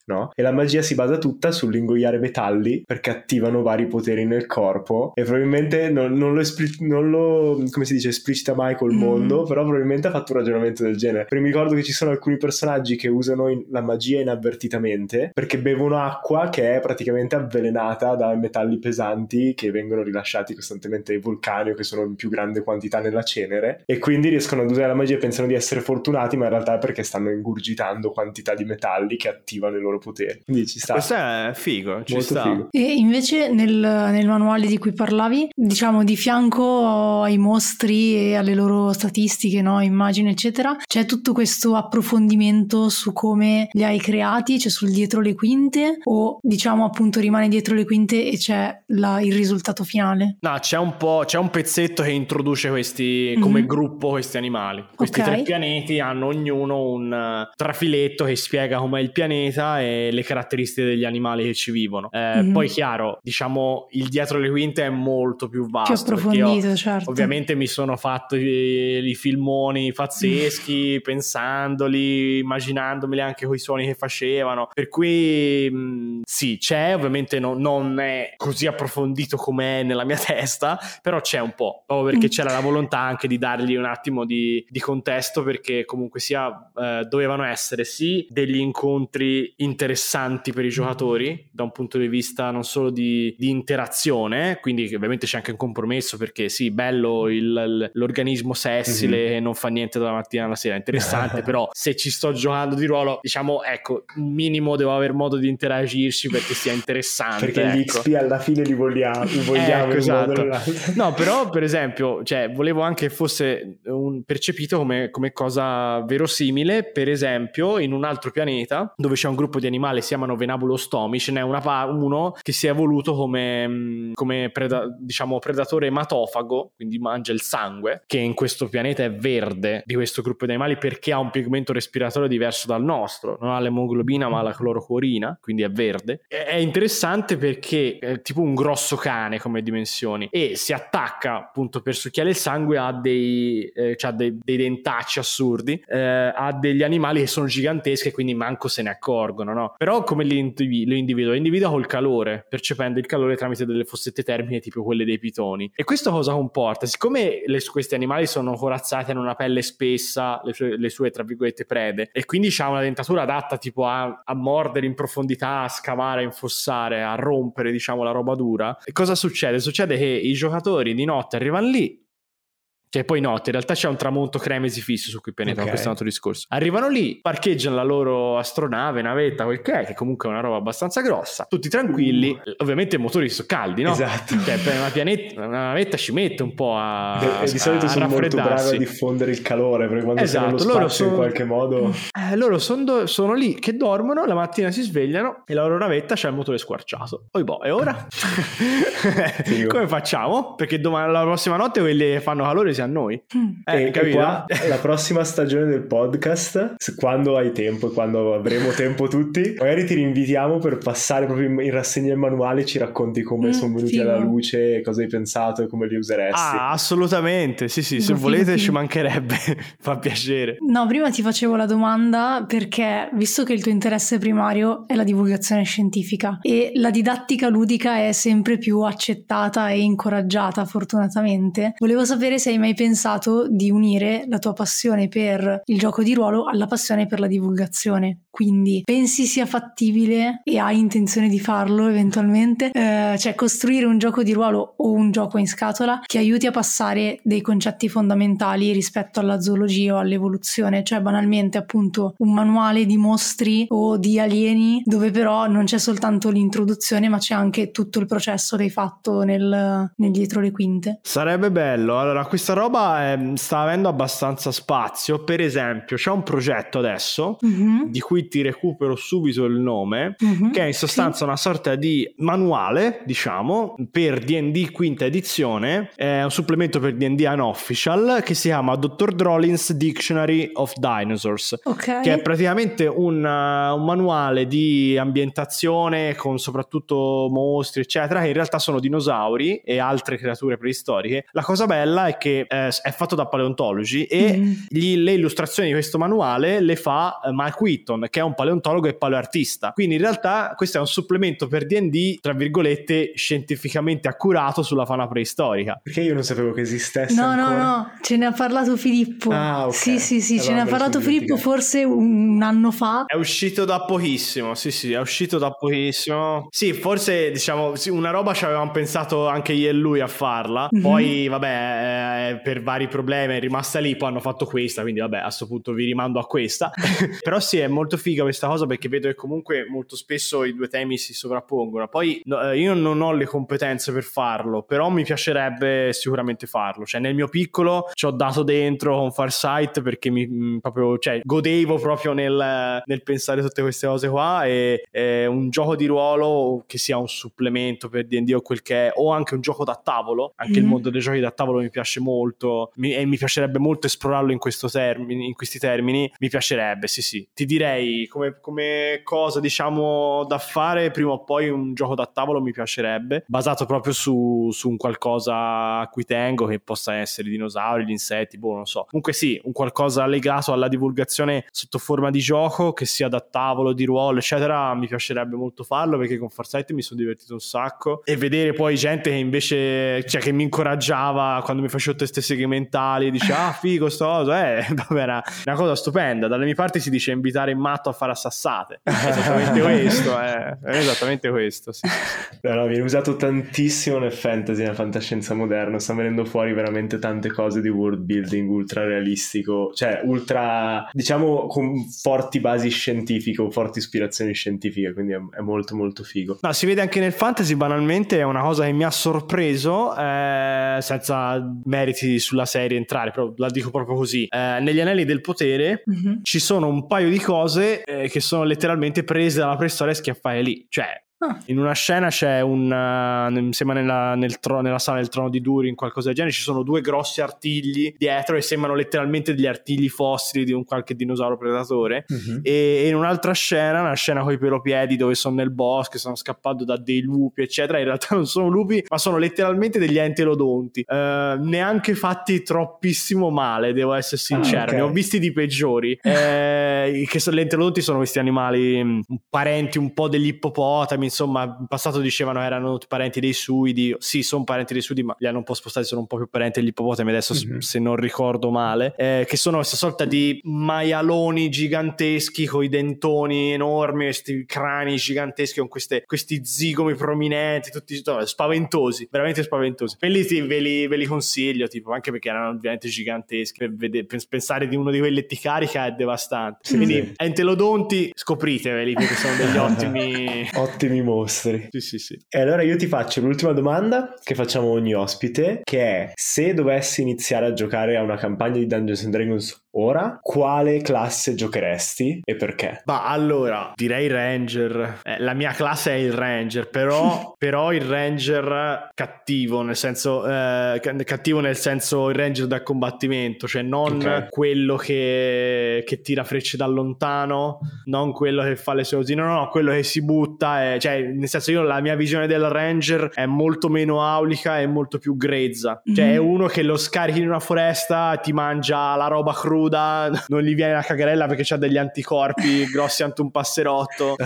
no? E la magia si basa tutta sull'ingoiare metalli perché attivano vari poteri nel corpo, e probabilmente non, non, lo, espli- non lo, come si dice, esplicita mai col mondo, mm. però probabilmente ha fatto un ragionamento del genere. Perché mi ricordo che ci sono alcuni personaggi che usano in- la magia inavvertitamente perché bevono acqua che è praticamente avvelenata da metalli pesanti che vengono rilasciati costantemente ai vulcani o che sono in più grande quantità nella cenere, e quindi riescono ad usare la magia e pensano di essere fortunati, ma in realtà è perché stanno ingurgitando quantità di metalli che attivano i loro poteri. Quindi ci sta. Questo è figo, ci molto sta. figo. E invece nel, nel manuale di cui parlavi, diciamo di fianco ai mostri e alle loro statistiche, no, immagini eccetera, c'è tutto questo approfondimento su come li hai creati, cioè sul dietro le quinte, o diciamo appunto rimane dietro le quinte e c'è la, il risultato finale? No, c'è un po', c'è un pezzetto che introduce questi come mm-hmm. gruppo questi animali. Questi okay. tre pianeti hanno ognuno un uh, trafiletto che spiega com'è il pianeta e le caratteristiche degli animali che ci vivono. Eh, mm-hmm. Poi chiaro, diciamo il dietro le quinte è molto più vasto, più approfondito, io, certo. Ovviamente mi sono fatto i, i filmoni pazzeschi, pensandoli, immaginandomeli anche con i suoni che facevano, per cui mh, sì, c'è, ovviamente no, non è così approfondito come è nella mia testa, però c'è un po', proprio perché c'era la volontà anche di dargli un attimo di, di contesto, perché comunque sia eh, dovevano essere sì degli incontri interessanti per i giocatori da un punto di vista non solo di, di interazione, quindi ovviamente c'è anche un compromesso, perché sì, bello il, il, l'organismo sessile mm-hmm. che non fa niente dalla mattina alla sera, interessante, però se ci sto giocando di ruolo, diciamo, ecco, un minimo devo aver modo di interagirci perché sia interessante, perché ecco. gli X P alla fine li vogliamo, li vogliamo ecco, esatto. No, però per esempio, cioè, volevo anche fosse un percepito come, come cosa verosimile. Per esempio, in un altro pianeta dove c'è un gruppo di animali, si chiamano venabulostomi, ce n'è una, uno che si è evoluto come, come preda, diciamo predatore ematofago, quindi mangia il sangue, che in questo pianeta è verde, di questo gruppo di animali, perché ha un pigmento respiratorio diverso dal nostro, non ha l'emoglobina ma la clorocuorina, quindi è verde. È interessante perché è tipo un grosso cane come dimensioni e si attacca appunto per succhiare il sangue a dei, eh, cioè dei, dei dentacci assurdi, eh, a degli animali che sono giganteschi e quindi manco se ne accorgono, no? Però come li individua? Li individua? Li individua col calore, percependo il calore tramite delle fossette termiche tipo quelle dei pitoni. E questo cosa comporta? Siccome le, questi animali sono corazzati, hanno una pelle spessa, le sue, le sue tra virgolette prede, e quindi ha una dentatura adatta tipo a, a mordere in profondità, a scavare, a infossare, a rompere diciamo la roba dura. E cosa succede? Succede che i giocatori di notte arrivano lì, cioè poi notte, in realtà c'è un tramonto cremesi fisso su cui pianeta, okay. Questo è un altro discorso. Arrivano lì, parcheggiano la loro astronave, navetta, quel che è, che comunque è una roba abbastanza grossa, tutti tranquilli, uh. ovviamente i motori sono caldi, no? Esatto. Cioè per una, pianeta, una navetta ci mette un po' a E, e di solito a sono molto bravi a diffondere diffondere il calore, perché quando esatto, sono nello spazio in qualche modo... Eh, loro sono, do- sono lì che dormono, la mattina si svegliano e la loro navetta c'ha il motore squarciato. Poi boh, e ora? Come facciamo? Perché domani, la prossima notte quelli che fanno calore siamo noi. Eh, e, e qua la prossima stagione del podcast, quando hai tempo e quando avremo tempo tutti, magari ti rinvitiamo per passare proprio in, in rassegna il manuale e ci racconti come mm, sono venuti figo. alla luce, cosa hai pensato e come li useresti. Ah, assolutamente, sì sì, figo, se figo, volete figo. Ci mancherebbe, fa piacere. No, prima ti facevo la domanda perché, visto che il tuo interesse primario è la divulgazione scientifica e la didattica ludica è sempre più accettata e incoraggiata fortunatamente, volevo sapere se hai mai pensato di unire la tua passione per il gioco di ruolo alla passione per la divulgazione. Quindi pensi sia fattibile e hai intenzione di farlo eventualmente, eh, cioè costruire un gioco di ruolo o un gioco in scatola che aiuti a passare dei concetti fondamentali rispetto alla zoologia o all'evoluzione, cioè banalmente appunto un manuale di mostri o di alieni dove però non c'è soltanto l'introduzione ma c'è anche tutto il processo che hai fatto nel, nel dietro le quinte. Sarebbe bello. Allora, questa roba è, sta avendo abbastanza spazio. Per esempio c'è un progetto adesso mm-hmm. di cui ti recupero subito il nome, mm-hmm. che è in sostanza sì. una sorta di manuale, diciamo, per D and D quinta edizione, è un supplemento per D and D Unofficial che si chiama doctor Drolin's Dictionary of Dinosaurs, okay. che è praticamente un, uh, un manuale di ambientazione con soprattutto mostri eccetera, che in realtà sono dinosauri e altre creature preistoriche. La cosa bella è che che eh, è fatto da Paleontology e mm. gli, le illustrazioni di questo manuale le fa eh, Mark Whitton, che è un paleontologo e paleoartista. Quindi in realtà questo è un supplemento per D and D, tra virgolette, scientificamente accurato sulla fauna preistorica. Perché io non sapevo che esistesse no ancora. no no ce ne ha parlato Filippo. Ah, ok. Sì sì sì, allora ce ne ha parlato Filippo forse un anno fa. È uscito da pochissimo, sì sì, è uscito da pochissimo. Sì, forse diciamo sì, una roba ci avevamo pensato anche io e lui a farla, mm-hmm. poi vabbè eh, per vari problemi è rimasta lì, poi hanno fatto questa, quindi vabbè a questo punto vi rimando a questa. Però sì, è molto figa questa cosa perché vedo che comunque molto spesso i due temi si sovrappongono. Poi no, io non ho le competenze per farlo, però mi piacerebbe sicuramente farlo, cioè nel mio piccolo ci ho dato dentro con Farsight perché mi mh, proprio, cioè godevo proprio nel, nel pensare tutte queste cose qua, e è un gioco di ruolo che sia un supplemento per D and D o quel che è, o anche un gioco da tavolo, anche mm-hmm. il mondo dei giochi da tavolo mi piace molto mi, e mi piacerebbe molto esplorarlo in questo termini, in questi termini, mi piacerebbe, sì sì. Ti direi come, come cosa diciamo da fare prima o poi un gioco da tavolo mi piacerebbe, basato proprio su, su un qualcosa a cui tengo, che possa essere i dinosauri, gli insetti, boh, non so. Comunque sì, un qualcosa legato alla divulgazione sotto forma di gioco, che sia da tavolo, di ruolo, eccetera, mi piacerebbe molto farlo perché con Farsight mi sono divertito un sacco, e vedere poi gente che invece, cioè che mi incoraggiava quando mi facevo teste segmentali, dice ah figo sto cosa, eh, vabbè, era una cosa stupenda. Dalle mie parti si dice invitare il matto a fare assassate, è esattamente questo, eh. è esattamente questo, sì, sì. No, no, viene usato tantissimo nel fantasy, nella fantascienza moderna, sta venendo fuori veramente tante cose di world building ultra realistico, cioè ultra, diciamo, con forti basi scientifiche, forti ispirazioni scientifiche, quindi è, è molto molto figo. No, si vede anche nel fantasy, banalmente è una cosa che mi ha sorpreso, eh, senza meriti sulla serie entrare, però la dico proprio così, eh, negli Anelli del Potere mm-hmm. ci sono un paio di cose eh, che sono letteralmente prese dalla preistoria e schiaffate lì, cioè Ah. in una scena c'è un uh, mi sembra nella, nel tro- nella sala del trono di Durin, qualcosa del genere, ci sono due grossi artigli dietro e sembrano letteralmente degli artigli fossili di un qualche dinosauro predatore, uh-huh. e, e in un'altra scena, una scena con i pelopiedi dove sono nel bosco, stanno scappando da dei lupi eccetera, in realtà non sono lupi ma sono letteralmente degli entelodonti, uh, neanche fatti troppissimo male, devo essere sincero, ah, okay. ne ho visti di peggiori, eh, che sono, gli entelodonti sono questi animali mh, parenti un po' degli ippopotami, insomma in passato dicevano erano parenti dei suidi, sì sono parenti dei suidi ma li hanno un po' spostati, sono un po' più parenti degli ippopotami adesso, mm-hmm. se non ricordo male, eh, che sono questa sorta di maialoni giganteschi con i dentoni enormi, questi crani giganteschi con queste, questi zigomi prominenti, tutti no, spaventosi, veramente spaventosi. Quelli sì, ve, li, ve li consiglio, tipo, anche perché erano ovviamente giganteschi, per vedere, per pensare di uno di quelli ti carica è devastante, sì, quindi sì. entelodonti scopriteveli perché sono degli ottimi ottimi mostri. Sì, sì, sì. E allora io ti faccio l'ultima domanda che facciamo a ogni ospite, che è: se dovessi iniziare a giocare a una campagna di Dungeons and Dragons ora, quale classe giocheresti e perché? Bah, allora, direi Ranger. Eh, la mia classe è il Ranger, però, però il Ranger cattivo, nel senso eh, cattivo nel senso il Ranger da combattimento, cioè non okay. quello che, che tira frecce da lontano, non quello che fa le sue cosine, no, no, quello che si butta, e, cioè nel senso io la mia visione del Ranger è molto meno aulica e molto più grezza, mm-hmm. cioè è uno che lo scarichi in una foresta, ti mangia la roba cruda, non gli viene la cagarella perché c'ha degli anticorpi grossi quanto un passerotto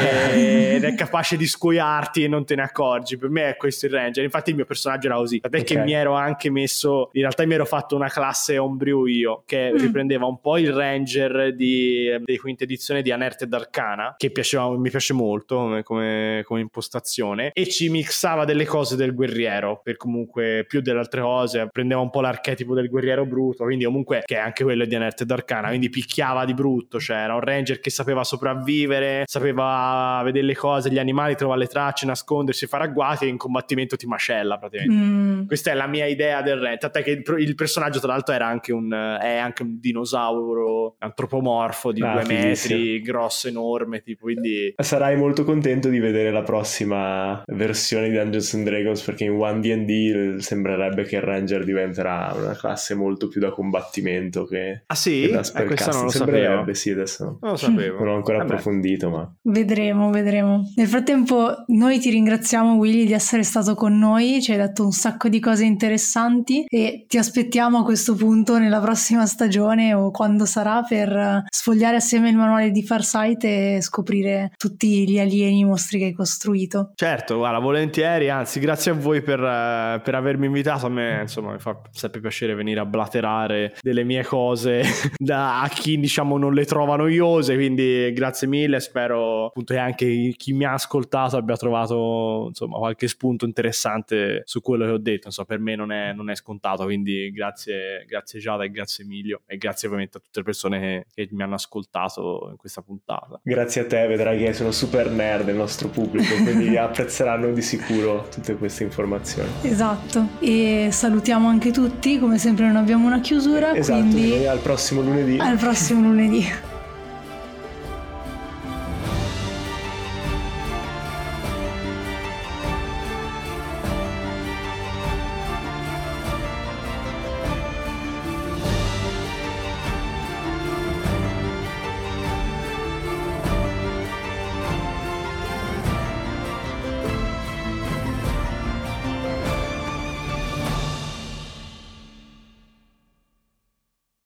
e, ed è capace di scuoiarti e non te ne accorgi. Per me è questo il Ranger, infatti il mio personaggio era così, perché okay. mi ero anche messo, in realtà mi ero fatto una classe Homebrew io che mm. riprendeva un po' il Ranger di, di quinta edizione di Unearthed Arcana, che piaceva, mi piace molto come, come, come impostazione, e ci mixava delle cose del guerriero, per comunque più delle altre cose prendeva un po' l'archetipo del guerriero bruto, quindi comunque che è anche quello di Unearthed Arcana, quindi picchiava di brutto, cioè era un Ranger che sapeva sopravvivere, sapeva vedere le cose, gli animali, trovare le tracce, nascondersi, fare agguati, e in combattimento ti macella praticamente. Mm. Questa è la mia idea del Ranger, tant'è che il, il personaggio tra l'altro era anche un è anche un dinosauro antropomorfo di ah, due fighissimo. metri, grosso, enorme, tipo, quindi sarai molto contento di vedere la prossima versione di Dungeons and Dragons, perché in One D and D sembrerebbe che il Ranger diventerà una classe molto più da combattimento che Ah sì? Da Eh, questa non lo sapevo. Sì, adesso non lo sapevo. Non ho ancora Vabbè. approfondito, ma Vedremo, vedremo. Nel frattempo noi ti ringraziamo, Willy, di essere stato con noi, ci hai detto un sacco di cose interessanti e ti aspettiamo a questo punto nella prossima stagione o quando sarà per sfogliare assieme il manuale di Farsight e scoprire tutti gli alieni mostri che hai costruito. Certo, guarda, volentieri, anzi grazie a voi per, uh, per avermi invitato. A me insomma mi fa sempre piacere venire a blaterare delle mie cose da a chi diciamo non le trova noiose, quindi grazie mille, spero appunto che anche chi mi ha ascoltato abbia trovato insomma qualche spunto interessante su quello che ho detto. Insomma, per me non è, non è scontato, quindi grazie, grazie Giada e grazie Emilio e grazie ovviamente a tutte le persone che, che mi hanno ascoltato in questa puntata. Grazie a te, vedrai che sono super nerd il nostro pubblico, quindi apprezzeranno di sicuro tutte queste informazioni. Esatto, e salutiamo anche tutti, come sempre non abbiamo una chiusura, Esatto, quindi al prossimo lunedì. Al prossimo lunedì.